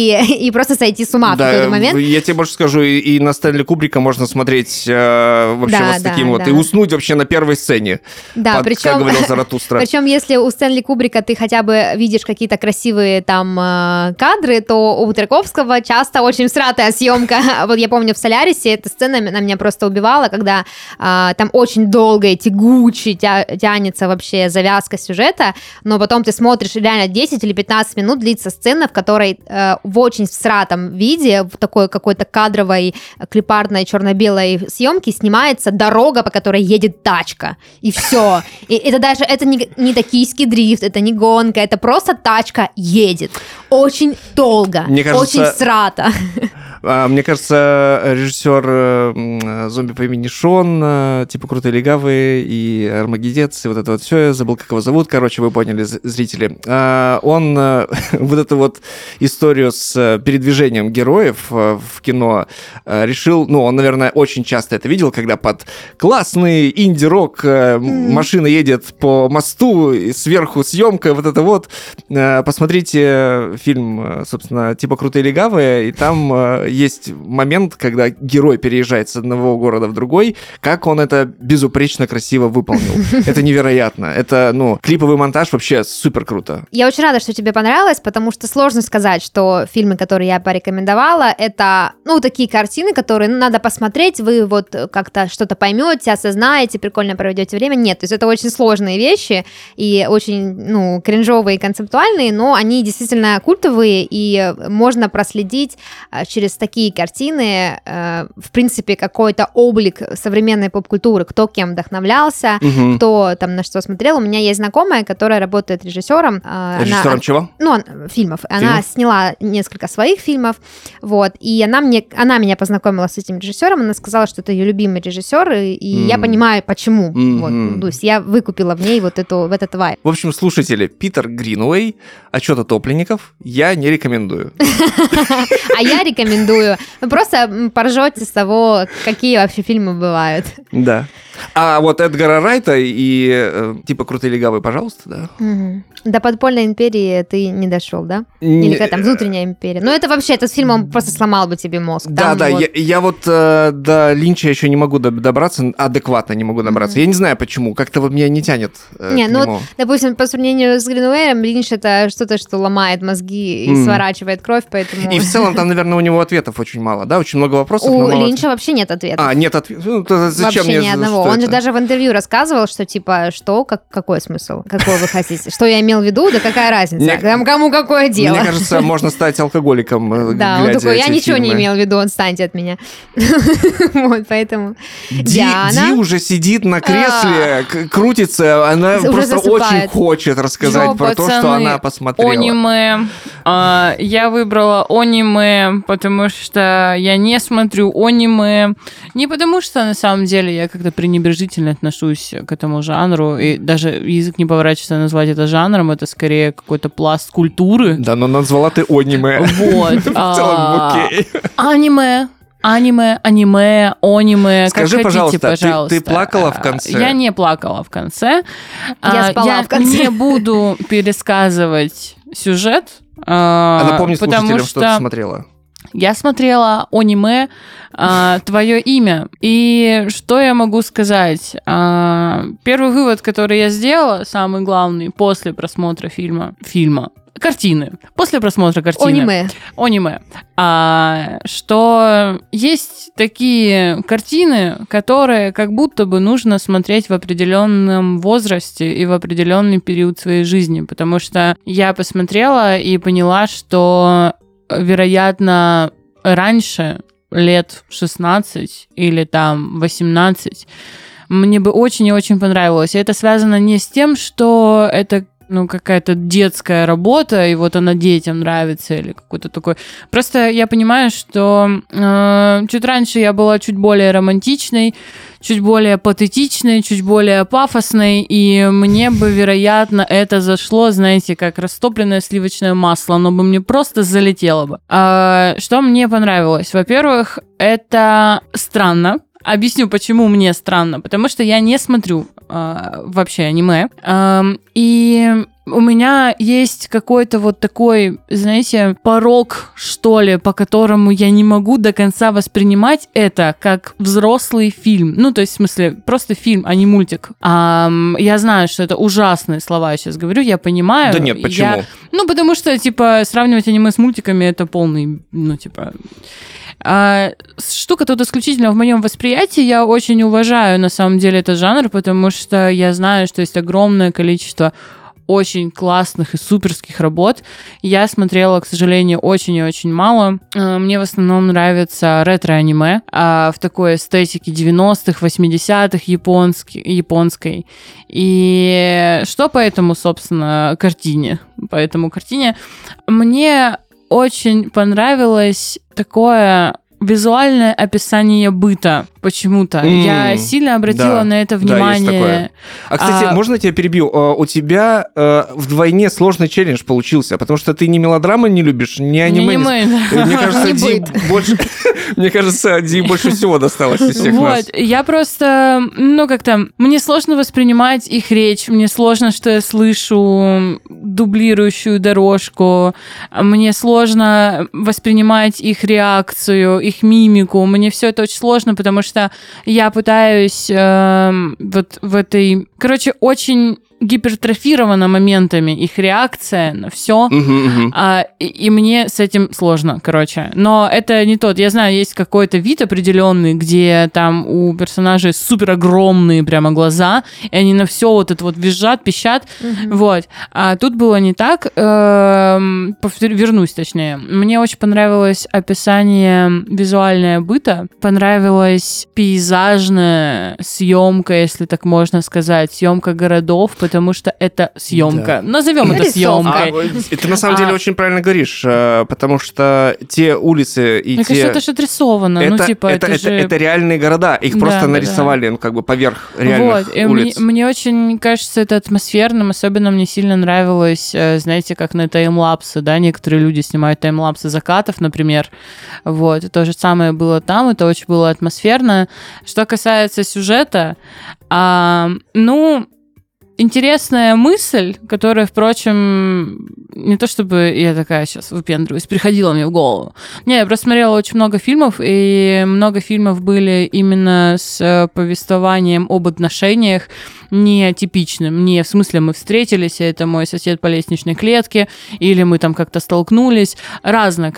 [SPEAKER 1] и просто сойти с ума в какой-то момент.
[SPEAKER 3] Я тебе больше скажу, и на Стэнли Кубрика можно смотреть вообще вот с таким вот, и уснуть вообще на первой сцене,
[SPEAKER 1] причем,
[SPEAKER 3] как говорил Заратустра.
[SPEAKER 1] Причем, если у Стэнли Кубрика ты хотя бы видишь какие-то красивые там кадры, то у Тарковского часто очень всратая съемка. Вот я помню в «Солярисе» эта сцена на меня просто убивала, когда там очень долго и тягуче тянется вообще завязка сюжета, но потом ты смотришь, реально 10 или 15 минут длится сцена, в которой в очень всратом виде, в такой какой-то кадровой, клипарной, черно-белой съемке снимается дорога, по которой едет тачка, и все. И это даже, это не токийский дрифт, это не гонка, это просто тачка едет. Очень долго, очень всрато.
[SPEAKER 3] Мне кажется, режиссер «Зомби по имени Шон», типа «Крутые легавые» и «Армагеддец», и вот это вот все, я забыл, как его зовут, короче, вы поняли, зрители. Он вот эту вот историю с передвижением героев в кино решил, ну, он, наверное, очень часто это видел, когда под классный инди-рок машина едет по мосту, и сверху съемка, вот это вот. Посмотрите фильм, собственно, типа «Крутые легавые», и там есть момент, когда герой переезжает с одного города в другой, как он это безупречно красиво выполнил. Это невероятно. Это, клиповый монтаж вообще супер круто.
[SPEAKER 1] Я очень рада, что тебе понравилось, потому что сложно сказать, что фильмы, которые я порекомендовала, это, такие картины, которые надо посмотреть, вы вот как-то что-то поймете, осознаете, прикольно проведете время. Нет, то есть это очень сложные вещи и очень, кринжовые и концептуальные, но они действительно культовые, и можно проследить через такие картины, в принципе, какой-то облик современной поп-культуры, кто кем вдохновлялся, кто там на что смотрел. У меня есть знакомая, которая работает режиссером.
[SPEAKER 3] Режиссером чего?
[SPEAKER 1] Фильмов. Она сняла несколько своих фильмов, вот, и она меня познакомила с этим режиссером, она сказала, что это ее любимый режиссер, и я понимаю, почему. Вот, то есть я выкупила в ней вот этот вайб.
[SPEAKER 3] В общем, слушатели, Питер Гринуэй, «Отчет утопленников» я не рекомендую.
[SPEAKER 1] А я рекомендую. Вы просто поржете с того, какие вообще фильмы бывают.
[SPEAKER 3] Да. А вот Эдгара Райта и типа «Крутые легавые», пожалуйста, да?
[SPEAKER 1] До «Подпольной империи» ты не дошел, да? Или какая там «Внутренняя империя». Ну, это вообще, этот фильм, он просто сломал бы тебе мозг.
[SPEAKER 3] Да, я вот до Линча еще не могу добраться, адекватно не могу добраться. Я не знаю почему, как-то вот меня не тянет к нему.
[SPEAKER 1] Допустим, по сравнению с Гринуэем, Линч — это что-то, что ломает мозги и сворачивает кровь, поэтому...
[SPEAKER 3] И в целом там, наверное, у него ответов очень мало, да? Очень много вопросов,
[SPEAKER 1] У Линча вообще нет ответов.
[SPEAKER 3] Нет ответов? Зачем
[SPEAKER 1] вообще ни одного. Он же даже в интервью рассказывал, что типа, какой смысл? Какой вы хотите? Что я имел в виду? Да какая разница? Кому какое дело?
[SPEAKER 3] Мне кажется, можно стать алкоголиком,
[SPEAKER 1] да, он такой, я ничего не имел в виду, отстаньте от меня. Вот, поэтому...
[SPEAKER 3] Ди уже сидит на кресле, крутится, она просто очень хочет рассказать про то, что она посмотрела.
[SPEAKER 2] Аниме. Я выбрала аниме, потому что я не смотрю аниме. Не потому что, на самом деле, я как-то пренебрежительно отношусь к этому жанру, и даже язык не поворачивается назвать это жанром, это скорее какой-то пласт культуры.
[SPEAKER 3] Да, но назвала ты аниме.
[SPEAKER 2] Вот.
[SPEAKER 3] В целом, окей.
[SPEAKER 2] Аниме,
[SPEAKER 3] Скажи,
[SPEAKER 2] как хотите,
[SPEAKER 3] пожалуйста, ты плакала в конце?
[SPEAKER 2] Я не плакала в конце.
[SPEAKER 1] Я спала в конце.
[SPEAKER 2] Я не буду пересказывать сюжет,
[SPEAKER 3] напомни слушателям, что ты смотрела.
[SPEAKER 2] Я смотрела аниме «Твое имя». И что я могу сказать? Первый вывод, который я сделала, самый главный, после просмотра картины. После просмотра картины. Аниме. Что есть такие картины, которые как будто бы нужно смотреть в определенном возрасте и в определенный период своей жизни. Потому что я посмотрела и поняла, что, вероятно, раньше, лет 16 или там 18, мне бы очень и очень понравилось. И это связано не с тем, что это какая-то детская работа, и вот она детям нравится, или какой-то такой... Просто я понимаю, что чуть раньше я была чуть более романтичной, чуть более патетичной, чуть более пафосной, и мне бы, вероятно, это зашло, знаете, как растопленное сливочное масло, оно бы мне просто залетело бы. Что мне понравилось? Во-первых, это странно. Объясню, почему мне странно. Потому что я не смотрю вообще аниме. И у меня есть какой-то вот такой, знаете, порог, что ли, по которому я не могу до конца воспринимать это как взрослый фильм. То есть, в смысле, просто фильм, а не мультик. Я знаю, что это ужасные слова я сейчас говорю, я понимаю.
[SPEAKER 3] Да нет, почему?
[SPEAKER 2] Потому что, сравнивать аниме с мультиками, это полный, штука тут исключительно в моем восприятии. Я очень уважаю, на самом деле, этот жанр, потому что я знаю, что есть огромное количество очень классных и суперских работ. Я смотрела, к сожалению, очень и очень мало. Мне в основном нравится ретро-аниме в такой эстетике 90-х, 80-х японской. И что по этому, собственно, картине? По этому картине мне очень понравилось такое визуальное описание быта. почему-то. Я сильно обратила на это внимание.
[SPEAKER 3] Да, есть такое. Кстати, можно я тебя перебью? У тебя вдвойне сложный челлендж получился, потому что ты ни мелодрамы не любишь, ни аниме. Мне кажется, Ди больше всего досталось из всех нас.
[SPEAKER 2] Я просто, мне сложно воспринимать их речь, мне сложно, что я слышу дублирующую дорожку, мне сложно воспринимать их реакцию, их мимику, мне все это очень сложно, потому что я пытаюсь вот в этой... очень гипертрофирована моментами их реакция на все, и мне с этим сложно, Но это не тот. Я знаю, есть какой-то вид определенный, где там у персонажей супер огромные прямо глаза, и они на все вот это вот визжат, пищат. Вот. А тут было не так. Вернусь, точнее. Мне очень понравилось описание визуальное быта, понравилась пейзажная съемка, если так можно сказать, съемка городов, потому что это съемка. Да. Назовем это съемкой.
[SPEAKER 3] Ты на самом деле очень правильно говоришь, потому что те улицы и те...
[SPEAKER 2] это же отрисовано.
[SPEAKER 3] Это реальные города. Их просто нарисовали поверх реальных улиц.
[SPEAKER 2] Мне очень кажется это атмосферным. Особенно мне сильно нравилось, знаете, как на таймлапсы, да, некоторые люди снимают таймлапсы закатов, например. Вот. И то же самое было там. Это очень было атмосферно. Что касается сюжета, интересная мысль, которая, впрочем, не то чтобы я такая сейчас выпендриваюсь, приходила мне в голову. Не, я просто смотрела очень много фильмов, и много фильмов были именно с повествованием об отношениях, не типичным, не в смысле мы встретились, и это мой сосед по лестничной клетке, или мы там как-то столкнулись, разное,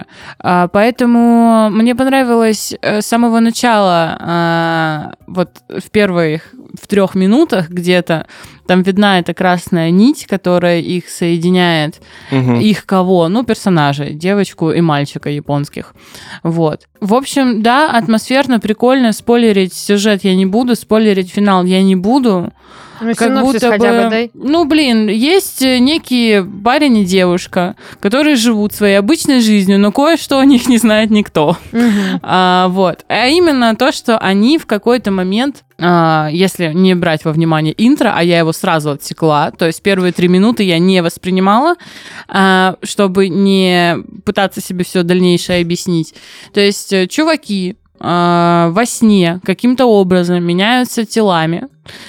[SPEAKER 2] Поэтому мне понравилось с самого начала, вот в первых 3 минутах где-то, там видна эта красная нить, которая их соединяет. Их кого? Персонажей, девочку и мальчика японских. Вот. В общем, да, атмосферно, прикольно. Спойлерить сюжет я не буду, спойлерить финал я не буду.
[SPEAKER 1] Как будто бы... хотя бы дай.
[SPEAKER 2] Есть некие парень и девушка, которые живут своей обычной жизнью, но кое-что о них не знает никто. Вот. А именно то, что они в какой-то момент, если не брать во внимание интро, а я его сразу отсекла, то есть первые 3 минуты я не воспринимала, чтобы не пытаться себе все дальнейшее объяснить. То есть чуваки во сне каким-то образом меняются телами.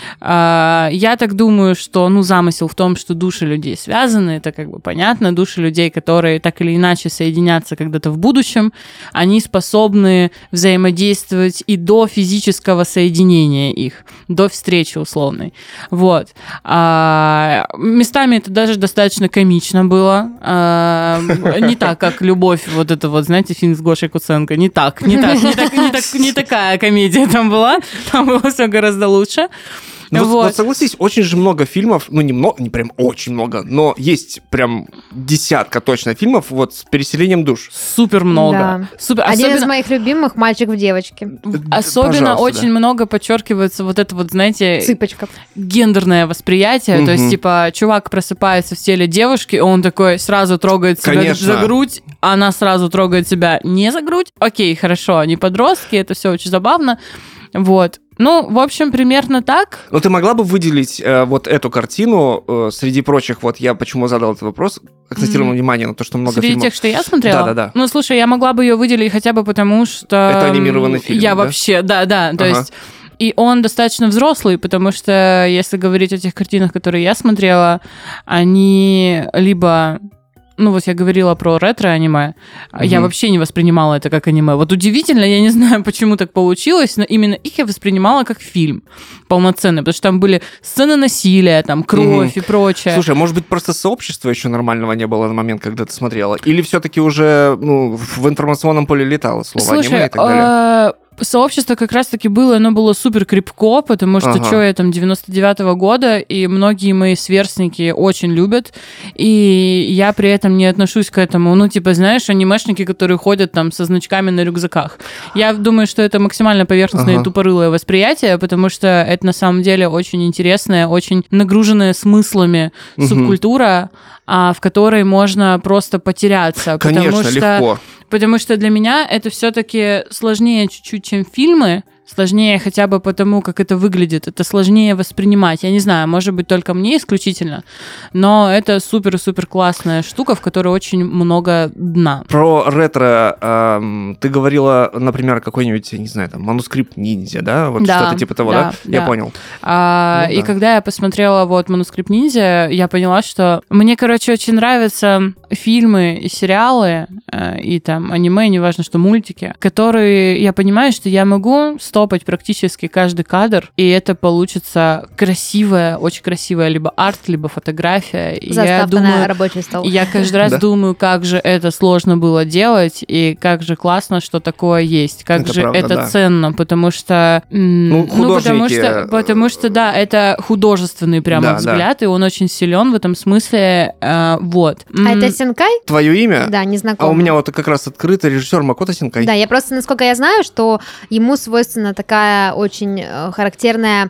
[SPEAKER 2] Я так думаю, что замысел в том, что души людей связаны, это понятно. Души людей, которые так или иначе соединятся когда-то в будущем, они способны взаимодействовать и до физического соединения их, до встречи условной. Вот. Местами это даже достаточно комично было. Не так, как «Любовь», вот это вот, знаете, фильм с Гошей Куценко. Не такая комедия там была. Там было все гораздо лучше.
[SPEAKER 3] Вот согласись, очень же много фильмов, не прям очень много, но есть прям десятка точно фильмов вот с переселением душ.
[SPEAKER 2] Супер много.
[SPEAKER 1] Да. Один из моих любимых «Мальчик в девочке».
[SPEAKER 2] Особенно очень много подчеркивается вот это вот, знаете...
[SPEAKER 1] Цыпочка.
[SPEAKER 2] Гендерное восприятие, то есть, чувак просыпается в теле девушки, он такой сразу трогает себя за грудь, она сразу трогает себя не за грудь. Окей, хорошо, они подростки, это все очень забавно. Вот. В общем, примерно так.
[SPEAKER 3] Но ты могла бы выделить вот эту картину среди прочих, вот я почему задал этот вопрос, акцентировал внимание на то, что много фильмов...
[SPEAKER 2] Среди тех, что я смотрела?
[SPEAKER 3] Да.
[SPEAKER 2] Слушай, я могла бы ее выделить хотя бы потому, что...
[SPEAKER 3] Это анимированный фильм,
[SPEAKER 2] Я вообще, да, то есть... И он достаточно взрослый, потому что, если говорить о тех картинах, которые я смотрела, они либо... я говорила про ретро-аниме. Я вообще не воспринимала это как аниме. Вот удивительно, я не знаю, почему так получилось, но именно их я воспринимала как фильм полноценный, потому что там были сцены насилия, там кровь и прочее.
[SPEAKER 3] Слушай, может быть, просто сообщества еще нормального не было на момент, когда ты смотрела? Или все-таки уже в информационном поле летало слово аниме и так далее?
[SPEAKER 2] Сообщество как раз-таки было, оно было супер крепко, потому что, я там 99-го года, и многие мои сверстники очень любят, и я при этом не отношусь к этому, знаешь, анимешники, которые ходят там со значками на рюкзаках. Я думаю, что это максимально поверхностное и тупорылое восприятие, потому что это на самом деле очень интересная, очень нагруженная смыслами субкультура, в которой можно просто потеряться.
[SPEAKER 3] Конечно, легко.
[SPEAKER 2] Потому что для меня это все-таки сложнее чуть-чуть, чем фильмы, Сложнее хотя бы потому, как это выглядит. Это сложнее воспринимать. Я не знаю, может быть, только мне исключительно, но это супер-супер классная штука, в которой очень много дна.
[SPEAKER 3] Про ретро ты говорила, например, какой-нибудь, не знаю, там, «Манускрипт ниндзя», да? Вот
[SPEAKER 2] да,
[SPEAKER 3] что-то типа того, да? Я понял.
[SPEAKER 2] И когда я посмотрела вот «Манускрипт ниндзя», я поняла, что мне, короче, очень нравятся фильмы и сериалы, и там аниме, неважно, что мультики, которые я понимаю, что я могу стопать практически каждый кадр, и это получится красивая, очень красивая либо арт, либо фотография.
[SPEAKER 1] Заставка на рабочий стол.
[SPEAKER 2] Я каждый раз думаю, как же это сложно было делать, и как же классно, что такое есть, как это же правда, это ценно, потому что... потому что, да, это художественный прямо взгляд, и он очень силен в этом смысле, вот.
[SPEAKER 1] А это Синкай?
[SPEAKER 3] Твое имя?
[SPEAKER 1] Да, не знакомо.
[SPEAKER 3] А у меня вот как раз открыто режиссер Макото Синкай.
[SPEAKER 1] Да, я просто, насколько я знаю, что ему свойственна такая очень характерная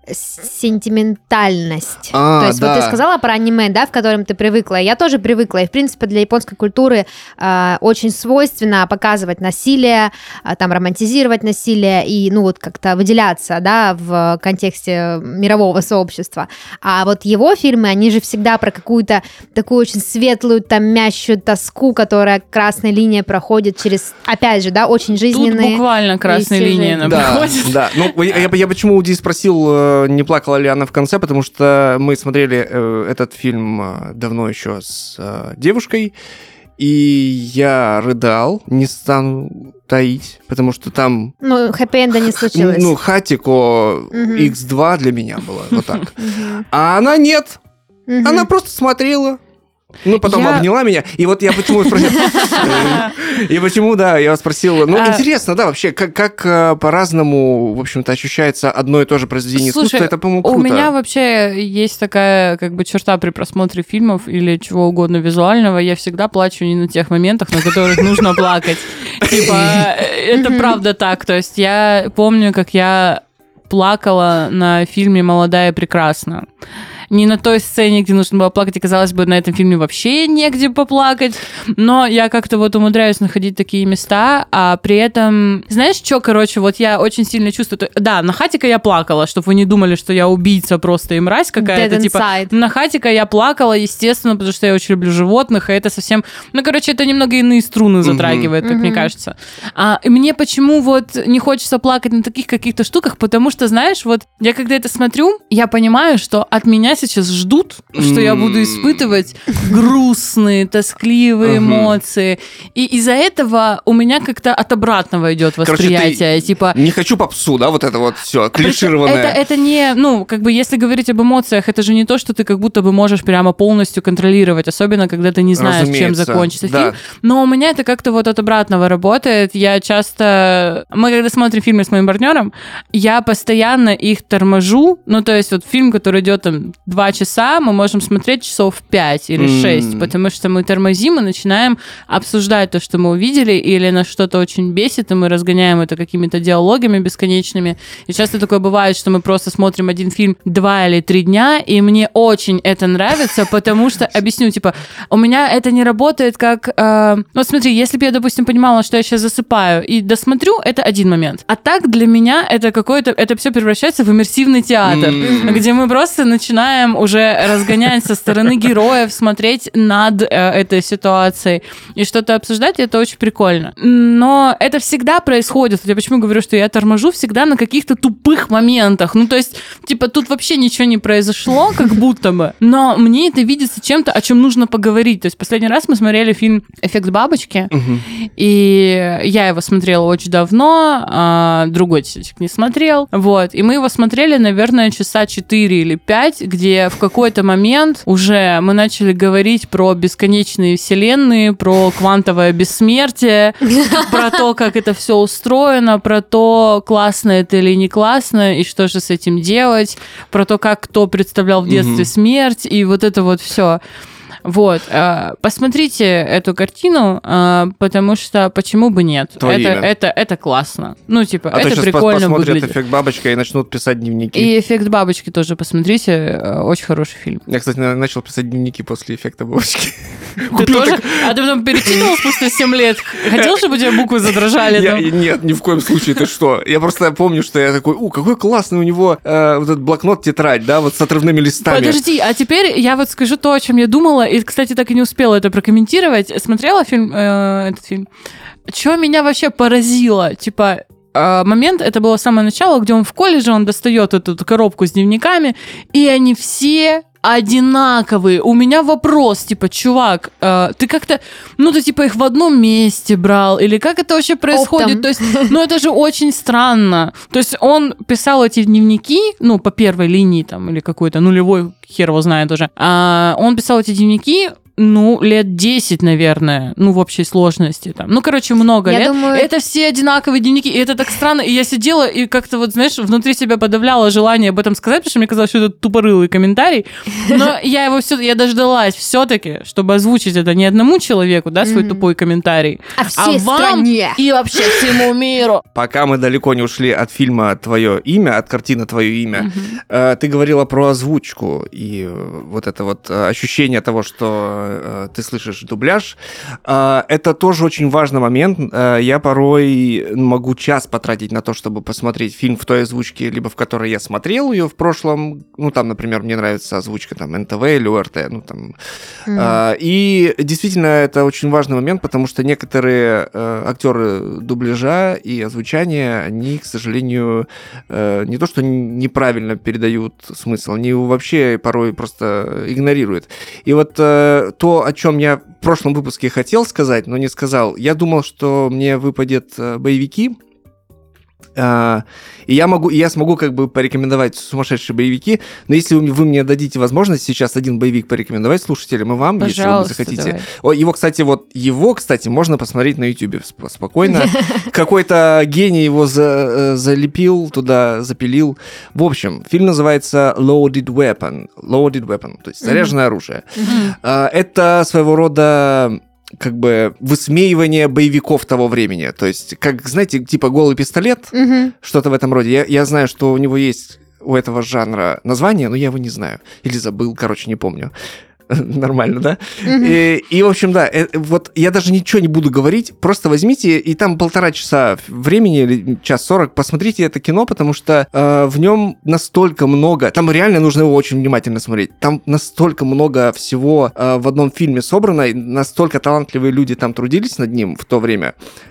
[SPEAKER 1] сентиментальность. То есть вот ты сказала про аниме, да, в котором ты привыкла. Я тоже привыкла. И, в принципе, для японской культуры очень свойственно показывать насилие, там, романтизировать насилие и, ну, вот как-то выделяться, да, в контексте мирового сообщества. А вот его фильмы, они же всегда про какую-то такую очень светлую, томящую тоску, которая красной линией проходит через, опять же, да, очень жизненные...
[SPEAKER 2] Тут буквально красная линия проходит.
[SPEAKER 3] Да, ну, я почему у Ди спросил, не плакала ли она в конце, потому что мы смотрели этот фильм давно еще с девушкой, и я рыдал, не стану таить, потому что там...
[SPEAKER 1] Ну, хэппи-энда не случилось.
[SPEAKER 3] Ну, Хатико X2 для меня было, вот так. А она нет. Она просто смотрела. Ну, потом обняла меня, и вот я почему спросил... И почему, да, я спросил... Ну, интересно, да, вообще, как по-разному, в общем-то, ощущается одно и то же произведение искусства, это, по-моему, круто.
[SPEAKER 2] У меня вообще есть такая, как бы, черта при просмотре фильмов или чего угодно визуального, я всегда плачу не на тех моментах, на которых нужно плакать. Типа, это правда так, то есть я помню, как я плакала на фильме «Молодая и прекрасна». Не на той сцене, где нужно было плакать, и, казалось бы, на этом фильме вообще негде поплакать, но я как-то вот умудряюсь находить такие места, а при этом, знаешь, что, короче, вот я очень сильно чувствую, да, на Хатико я плакала, чтобы вы не думали, что я убийца просто и мразь какая-то, типа, на Хатико я плакала, естественно, потому что я очень люблю животных, и это совсем, ну, короче, это немного иные струны затрагивает, как мне кажется. И мне почему вот не хочется плакать на таких каких-то штуках, потому что, знаешь, вот я когда это смотрю, я понимаю, что от меня сейчас ждут, что я буду испытывать грустные, тоскливые эмоции. И из-за этого у меня как-то от обратного идет восприятие.
[SPEAKER 3] Короче,
[SPEAKER 2] типа...
[SPEAKER 3] Не хочу попсу, да, вот это вот все клишированное.
[SPEAKER 2] Это не, ну, как бы, если говорить об эмоциях, это же не то, что ты как будто бы можешь прямо полностью контролировать, особенно когда ты не знаешь, чем закончится фильм. Но у меня это как-то вот от обратного работает. Я часто... Мы когда смотрим фильмы с моим партнером, я постоянно их торможу. Ну, то есть вот фильм, который идет там 2 часа, мы можем смотреть часов 5 или 6, потому что мы тормозим и начинаем обсуждать то, что мы увидели, или нас что-то очень бесит, и мы разгоняем это какими-то диалогами бесконечными. И часто такое бывает, что мы просто смотрим один фильм 2 или 3 дня, и мне очень это нравится, потому что, объясню, типа, у меня это не работает как... Вот смотри, если бы я, допустим, понимала, что я сейчас засыпаю и досмотрю, это один момент. А так для меня это какой-то... Это все превращается в иммерсивный театр, где мы просто начинаем уже разгонять со стороны героев, смотреть над этой ситуацией и что-то обсуждать, и это очень прикольно. Но это всегда происходит. Я почему говорю, что я торможу всегда на каких-то тупых моментах. Ну, то есть, типа, тут вообще ничего не произошло, как будто бы, но мне это видится чем-то, о чем нужно поговорить. То есть, последний раз мы смотрели фильм «Эффект бабочки», и я его смотрела очень давно, а другой человек не смотрел. Вот. И мы его смотрели, наверное, часа 4 или 5, где в какой-то момент уже мы начали говорить про бесконечные вселенные, про квантовое бессмертие, про то, как это все устроено, про то, классно это или не классно, и что же с этим делать, про то, как кто представлял в детстве смерть, и вот это вот все. Вот. Посмотрите эту картину, потому что почему бы нет? Это классно. Ну, типа, это прикольно выглядит.
[SPEAKER 3] Посмотрят «Эффект бабочки» и начнут писать дневники.
[SPEAKER 2] И «Эффект бабочки» тоже посмотрите. Очень хороший фильм.
[SPEAKER 3] Я, кстати, начал писать дневники после «Эффекта бабочки».
[SPEAKER 2] Ты тоже? А ты потом перечитывал спустя 7 лет? Хотел, чтобы у тебя буквы задрожали?
[SPEAKER 3] Нет, ни в коем случае. Ты что? Я просто помню, что я такой, какой классный у него вот этот блокнот-тетрадь, да, вот с отрывными листами.
[SPEAKER 2] Подожди, а теперь я вот скажу то, о чем я думала, и, кстати, так и не успела это прокомментировать. Смотрела этот фильм? Что меня вообще поразило? Типа, момент, это было самое начало, где он в колледже, он достает эту коробку с дневниками, и они все одинаковые. У меня вопрос, типа, чувак, ты как-то, ты типа их в одном месте брал, или как это вообще происходит? То есть, это же очень странно. То есть он писал эти дневники, по первой линии там, или какой-то нулевой, хер его знает уже. Он писал эти дневники, лет 10, наверное, в общей сложности. Там. Много лет. Думаю... Это все одинаковые дневники, и это так странно. И я сидела и как-то внутри себя подавляла желание об этом сказать, потому что мне казалось, что это тупорылый комментарий. Но я дождалась все-таки, чтобы озвучить это не одному человеку, да, свой тупой комментарий,
[SPEAKER 1] а всей стране.
[SPEAKER 2] И вообще всему миру.
[SPEAKER 3] Пока мы далеко не ушли от фильма «Твое имя», от картины «Твое имя», ты говорила про озвучку, и вот это вот ощущение того, что ты слышишь дубляж. Это тоже очень важный момент. Я порой могу час потратить на то, чтобы посмотреть фильм в той озвучке, либо в которой я смотрел ее в прошлом. Там, например, мне нравится озвучка НТВ или ОРТ. И действительно, это очень важный момент, потому что некоторые актеры дубляжа и озвучания, они, к сожалению, не то что неправильно передают смысл, они его вообще порой просто игнорируют. И вот то, о чем я в прошлом выпуске хотел сказать, но не сказал, я думал, что мне выпадет боевики, и я смогу как бы порекомендовать сумасшедшие боевики, но если вы мне дадите возможность сейчас один боевик порекомендовать слушателям и вам,
[SPEAKER 2] пожалуйста,
[SPEAKER 3] если вы захотите. Его, кстати, можно посмотреть на YouTube спокойно. Какой-то гений его залепил, туда запилил. В общем, фильм называется Loaded Weapon, то есть заряженное оружие. Это своего рода как бы высмеивание боевиков того времени. То есть, как, знаете, типа «Голый пистолет», что-то в этом роде. Я знаю, что у него есть у этого жанра название, но я его не знаю. Или забыл, не помню. Нормально, да? И, в общем, да, вот я даже ничего не буду говорить, просто возьмите, и там 1,5 часа времени, или 1:40, посмотрите это кино, потому что в нем настолько много, там реально нужно его очень внимательно смотреть, там настолько много всего в одном фильме собрано, и настолько талантливые люди там трудились над ним в то время,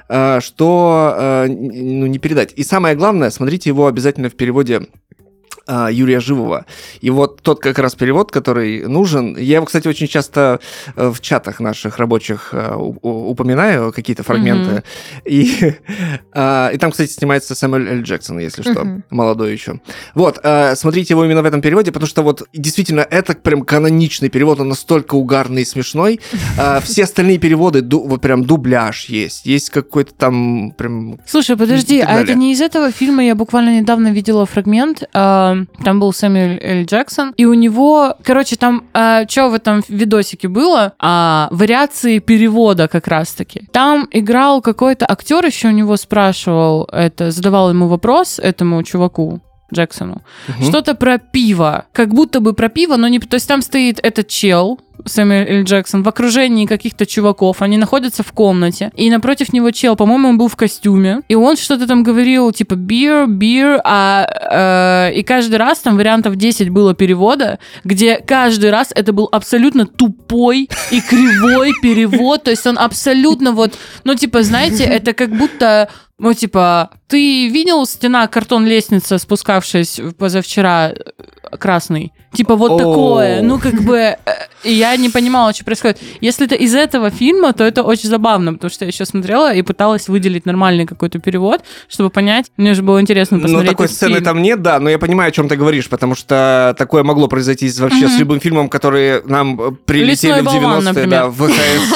[SPEAKER 3] что не передать. И самое главное, смотрите его обязательно в переводе Юрия Живого. И вот тот как раз перевод, который нужен. Я его, кстати, очень часто в чатах наших рабочих упоминаю, какие-то фрагменты. И там, кстати, снимается Сэмюэль Л. Джексон, если что, молодой еще. Вот, смотрите его именно в этом переводе, потому что вот действительно это прям каноничный перевод, он настолько угарный и смешной. Все остальные переводы, вот прям дубляж есть. Есть какой-то там прям...
[SPEAKER 2] Слушай, подожди, а это не из этого фильма? Я буквально недавно видела фрагмент. Там был Сэмюэль Л. Джексон, и у него, там, что в этом видосике было? Вариации перевода как раз-таки. Там играл какой-то актер, еще у него спрашивал, задавал ему вопрос, этому чуваку, Джексону, что-то про пиво, как будто бы про пиво, но не... То есть там стоит этот чел, Сэмюэль Л. Джексон, в окружении каких-то чуваков, они находятся в комнате, и напротив него чел, по-моему, он был в костюме, и он что-то там говорил, типа beer, и каждый раз там вариантов 10 было перевода, где каждый раз это был абсолютно тупой и кривой перевод, то есть он абсолютно знаете, это как будто... ты видел стена картон-лестница, спускавшаяся позавчера, красный? Такое. Я не понимала, что происходит. Если это из этого фильма, то это очень забавно, потому что я еще смотрела и пыталась выделить нормальный какой-то перевод, чтобы понять. Мне же было интересно посмотреть.
[SPEAKER 3] Такой сцены там нет, да, но я понимаю, о чем ты говоришь, потому что такое могло произойти вообще с любым фильмом, который нам прилетели в 90-е. Да, в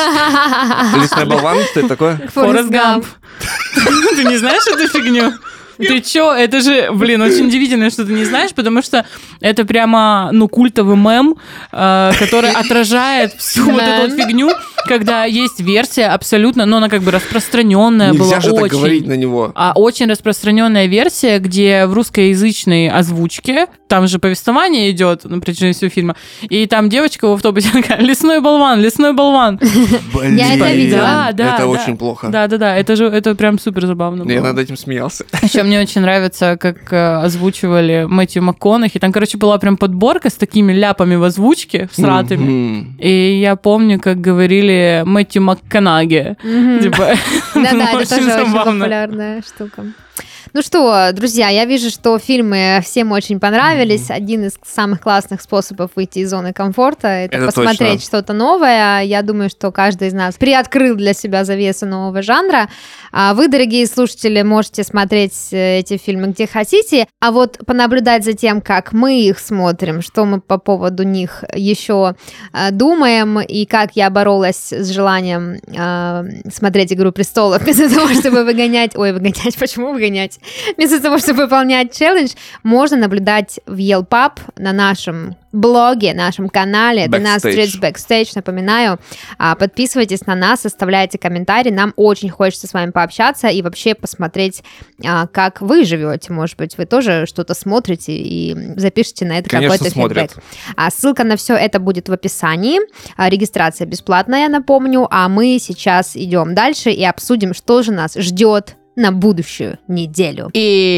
[SPEAKER 3] ВХС. «Лесной болван», что это такое?
[SPEAKER 2] Форест Гамп. Ты не знаешь эту фигню? Ты чё? Это же, очень удивительно, что ты не знаешь, потому что это прямо, культовый мем, который отражает всю вот эту вот фигню, когда есть версия абсолютно, но она как бы распространенная была.
[SPEAKER 3] Нельзя же так говорить на него.
[SPEAKER 2] Очень распространенная версия, где в русскоязычной озвучке, там же повествование идет на протяжении всего фильма, и там девочка в автобусе такая: лесной болван, лесной болван.
[SPEAKER 3] Блин,
[SPEAKER 1] я это видела.
[SPEAKER 3] Это очень плохо.
[SPEAKER 2] Да, это прям супер забавно было.
[SPEAKER 3] Я над этим смеялся.
[SPEAKER 2] Еще мне очень нравится, как озвучивали Мэтью МакКонахи. Там, была прям подборка с такими ляпами в озвучке, всратыми. И я помню, как говорили Мэтью МакКонаги.
[SPEAKER 1] Да-да, это тоже очень популярная штука. Ну что, друзья, я вижу, что фильмы всем очень понравились. Один из самых классных способов выйти из зоны комфорта — это посмотреть что-то новое. Я думаю, что каждый из нас приоткрыл для себя завесу нового жанра. Вы, дорогие слушатели, можете смотреть эти фильмы где хотите, а вот понаблюдать за тем, как мы их смотрим, что мы по поводу них еще думаем, и как я боролась с желанием смотреть «Игру престолов» вместо того, чтобы почему выгонять? Вместо того, чтобы выполнять челлендж, можно наблюдать в Yelpub на нашем блоге, нашем канале The Streets Backstage, напоминаю. Подписывайтесь на нас, оставляйте комментарии, нам очень хочется с вами пообщаться и вообще посмотреть, как вы живете. Может быть, вы тоже что-то смотрите и запишите на это какой-то фидбэк. Ссылка на все это будет в описании. Регистрация бесплатная, напомню. А мы сейчас идем дальше и обсудим, что же нас ждет на будущую неделю.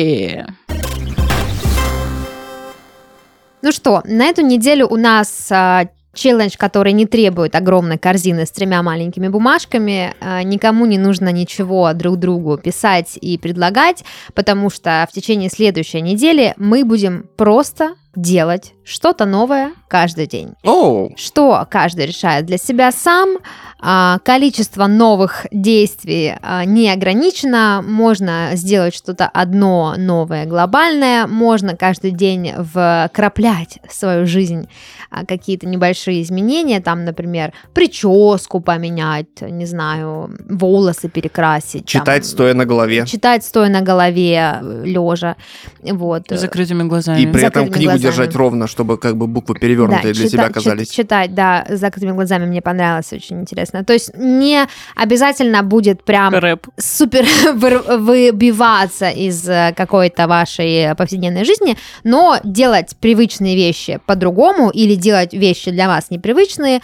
[SPEAKER 1] Ну что, на эту неделю у нас челлендж, который не требует огромной корзины с 3 маленькими бумажками. Никому не нужно ничего друг другу писать и предлагать, потому что в течение следующей недели мы будем просто делать что-то новое каждый день. Что каждый решает для себя сам. Количество новых действий не ограничено. Можно сделать что-то одно новое, глобальное. Можно каждый день вкраплять в свою жизнь какие-то небольшие изменения. Там, например, прическу поменять, не знаю, волосы перекрасить.
[SPEAKER 3] Читать стоя на голове.
[SPEAKER 1] Читать стоя на голове, лежа. Вот.
[SPEAKER 2] С закрытыми глазами.
[SPEAKER 3] И при этом книгу держать ровно, чтобы как бы буквы перевернутые для себя казались.
[SPEAKER 1] Читать, да, с закрытыми глазами мне понравилось, очень интересно. То есть не обязательно будет прям супер выбиваться из какой-то вашей повседневной жизни, но делать привычные вещи по-другому или делать вещи для вас непривычные,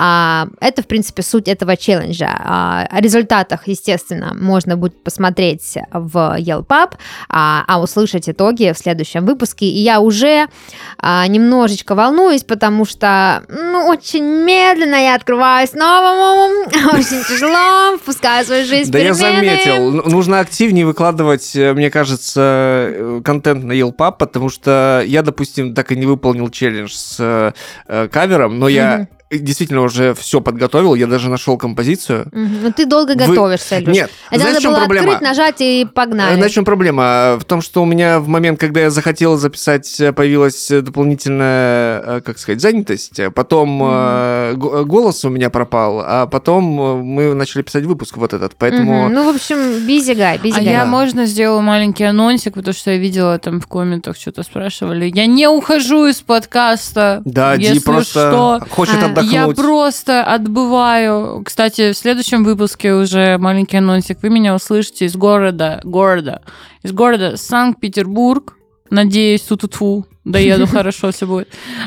[SPEAKER 1] это, в принципе, суть этого челленджа. О результатах, естественно, можно будет посмотреть в Yelpub, а услышать итоги в следующем выпуске. И я уже немножечко волнуюсь, потому что, очень медленно я открываюсь новому, очень тяжело, впускаю в свою жизнь перемены.
[SPEAKER 3] Да, я заметил. Нужно активнее выкладывать, мне кажется, контент на Yelpub, потому что я, допустим, так и не выполнил челлендж с кавером, но я действительно уже все подготовил, я даже нашел композицию.
[SPEAKER 1] Ну ты долго готовишься, Илюш.
[SPEAKER 3] Нет,
[SPEAKER 1] это надо было открыть, нажать и погнали.
[SPEAKER 3] Знаешь, в чем проблема? В том, что у меня в момент, когда я захотел записать, появилась дополнительная, занятость, потом голос у меня пропал, а потом мы начали писать выпуск вот этот, поэтому...
[SPEAKER 1] Ну, в общем, busy guy.
[SPEAKER 2] Я, можно, сделаю маленький анонсик, потому что я видела там в комментах, что-то спрашивали. Я не ухожу из подкаста.
[SPEAKER 3] Да, Ди просто хочет отдохнуть.
[SPEAKER 2] Я просто отбываю. Кстати, в следующем выпуске уже маленький анонсик. Вы меня услышите из города Санкт-Петербург. Надеюсь, ту-ту-ту, доеду, хорошо все будет.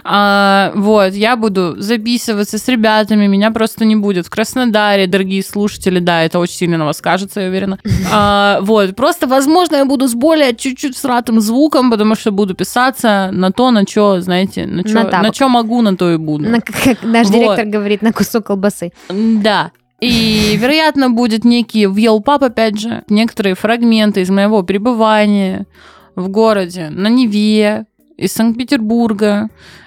[SPEAKER 2] Я буду записываться с ребятами, меня просто не будет. В Краснодаре, дорогие слушатели, да, это очень сильно на вас скажется, я уверена. Просто, возможно, я буду с более чуть-чуть всратым звуком, потому что буду писаться на то, на что, знаете, на что могу, на то и буду.
[SPEAKER 1] Как наш директор говорит, на кусок колбасы.
[SPEAKER 2] Да. И, вероятно, будет некий в Yelpub, опять же, некоторые фрагменты из моего пребывания в городе, на Неве, из Санкт-Петербурга.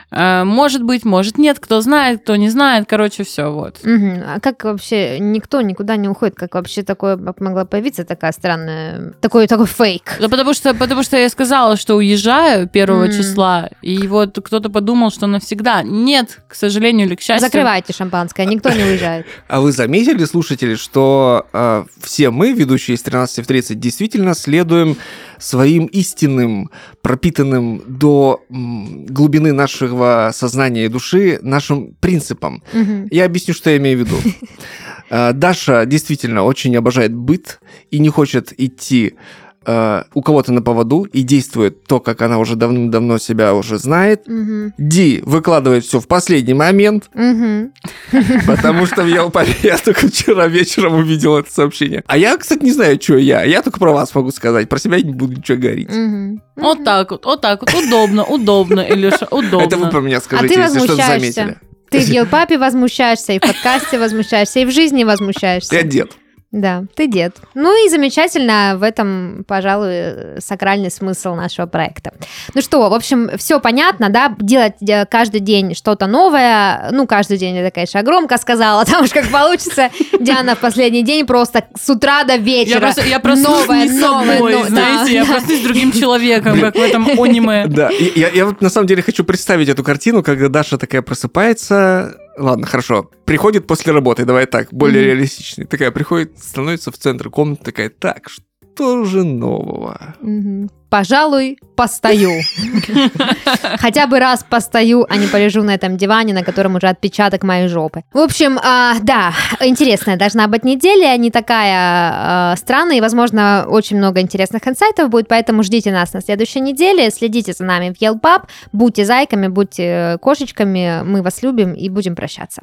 [SPEAKER 2] Может быть, может нет, кто знает, кто не знает, короче, все вот.
[SPEAKER 1] А как вообще никто никуда не уходит? Как вообще такое могла появиться, такая странная, такой фейк?
[SPEAKER 2] Да потому что я сказала, что уезжаю 1 числа, и вот кто-то подумал, что навсегда. Нет, к сожалению или к счастью.
[SPEAKER 1] Закрывайте шампанское, никто не уезжает.
[SPEAKER 3] А вы заметили, слушатели, что все мы, ведущие из 13 в 30, действительно следуем своим истинным, пропитанным до глубины нашего сознания и души нашим принципам. Я объясню, что я имею в виду. Даша действительно очень обожает быт и не хочет идти у кого-то на поводу и действует то, как она уже давным-давно себя уже знает. Ди выкладывает все в последний момент, потому что я только вчера вечером увидел это сообщение. А я, кстати, не знаю, что я только про вас могу сказать, про себя не буду ничего говорить.
[SPEAKER 2] Вот так вот, удобно, Илюша, удобно.
[SPEAKER 3] Это вы про меня скажите, если что-то заметили.
[SPEAKER 1] Ты в Елпапе возмущаешься, и в подкасте возмущаешься, и в жизни возмущаешься.
[SPEAKER 3] Я дед.
[SPEAKER 1] Да, ты дед. Ну и замечательно, в этом, пожалуй, сакральный смысл нашего проекта. Ну что, в общем, все понятно, да, делать каждый день что-то новое, ну, каждый день, я, конечно, громко сказала, там уж как получится. Диана в последний день просто с утра до вечера.
[SPEAKER 2] Я просто новое, знаете, я просто с другим человеком, как в этом аниме.
[SPEAKER 3] Да, я вот на самом деле хочу представить эту картину, когда Даша такая просыпается. Ладно, хорошо. Приходит после работы, давай так, более реалистичный. Такая приходит, становится в центр комнаты, такая, так, что же нового?
[SPEAKER 1] Пожалуй, постою. Хотя бы раз постою, а не полежу на этом диване, на котором уже отпечаток моей жопы. В общем, да, интересная должна быть неделя, не такая странная, и, возможно, очень много интересных инсайтов будет, поэтому ждите нас на следующей неделе, следите за нами в Yelp, будьте зайками, будьте кошечками, мы вас любим и будем прощаться.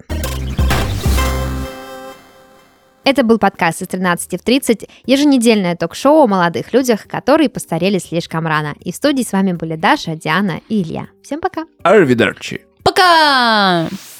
[SPEAKER 1] Это был подкаст из 13 в 30, еженедельное ток-шоу о молодых людях, которые постарели слишком рано. И в студии с вами были Даша, Диана и Илья. Всем пока.
[SPEAKER 3] Arrivederci.
[SPEAKER 2] Пока!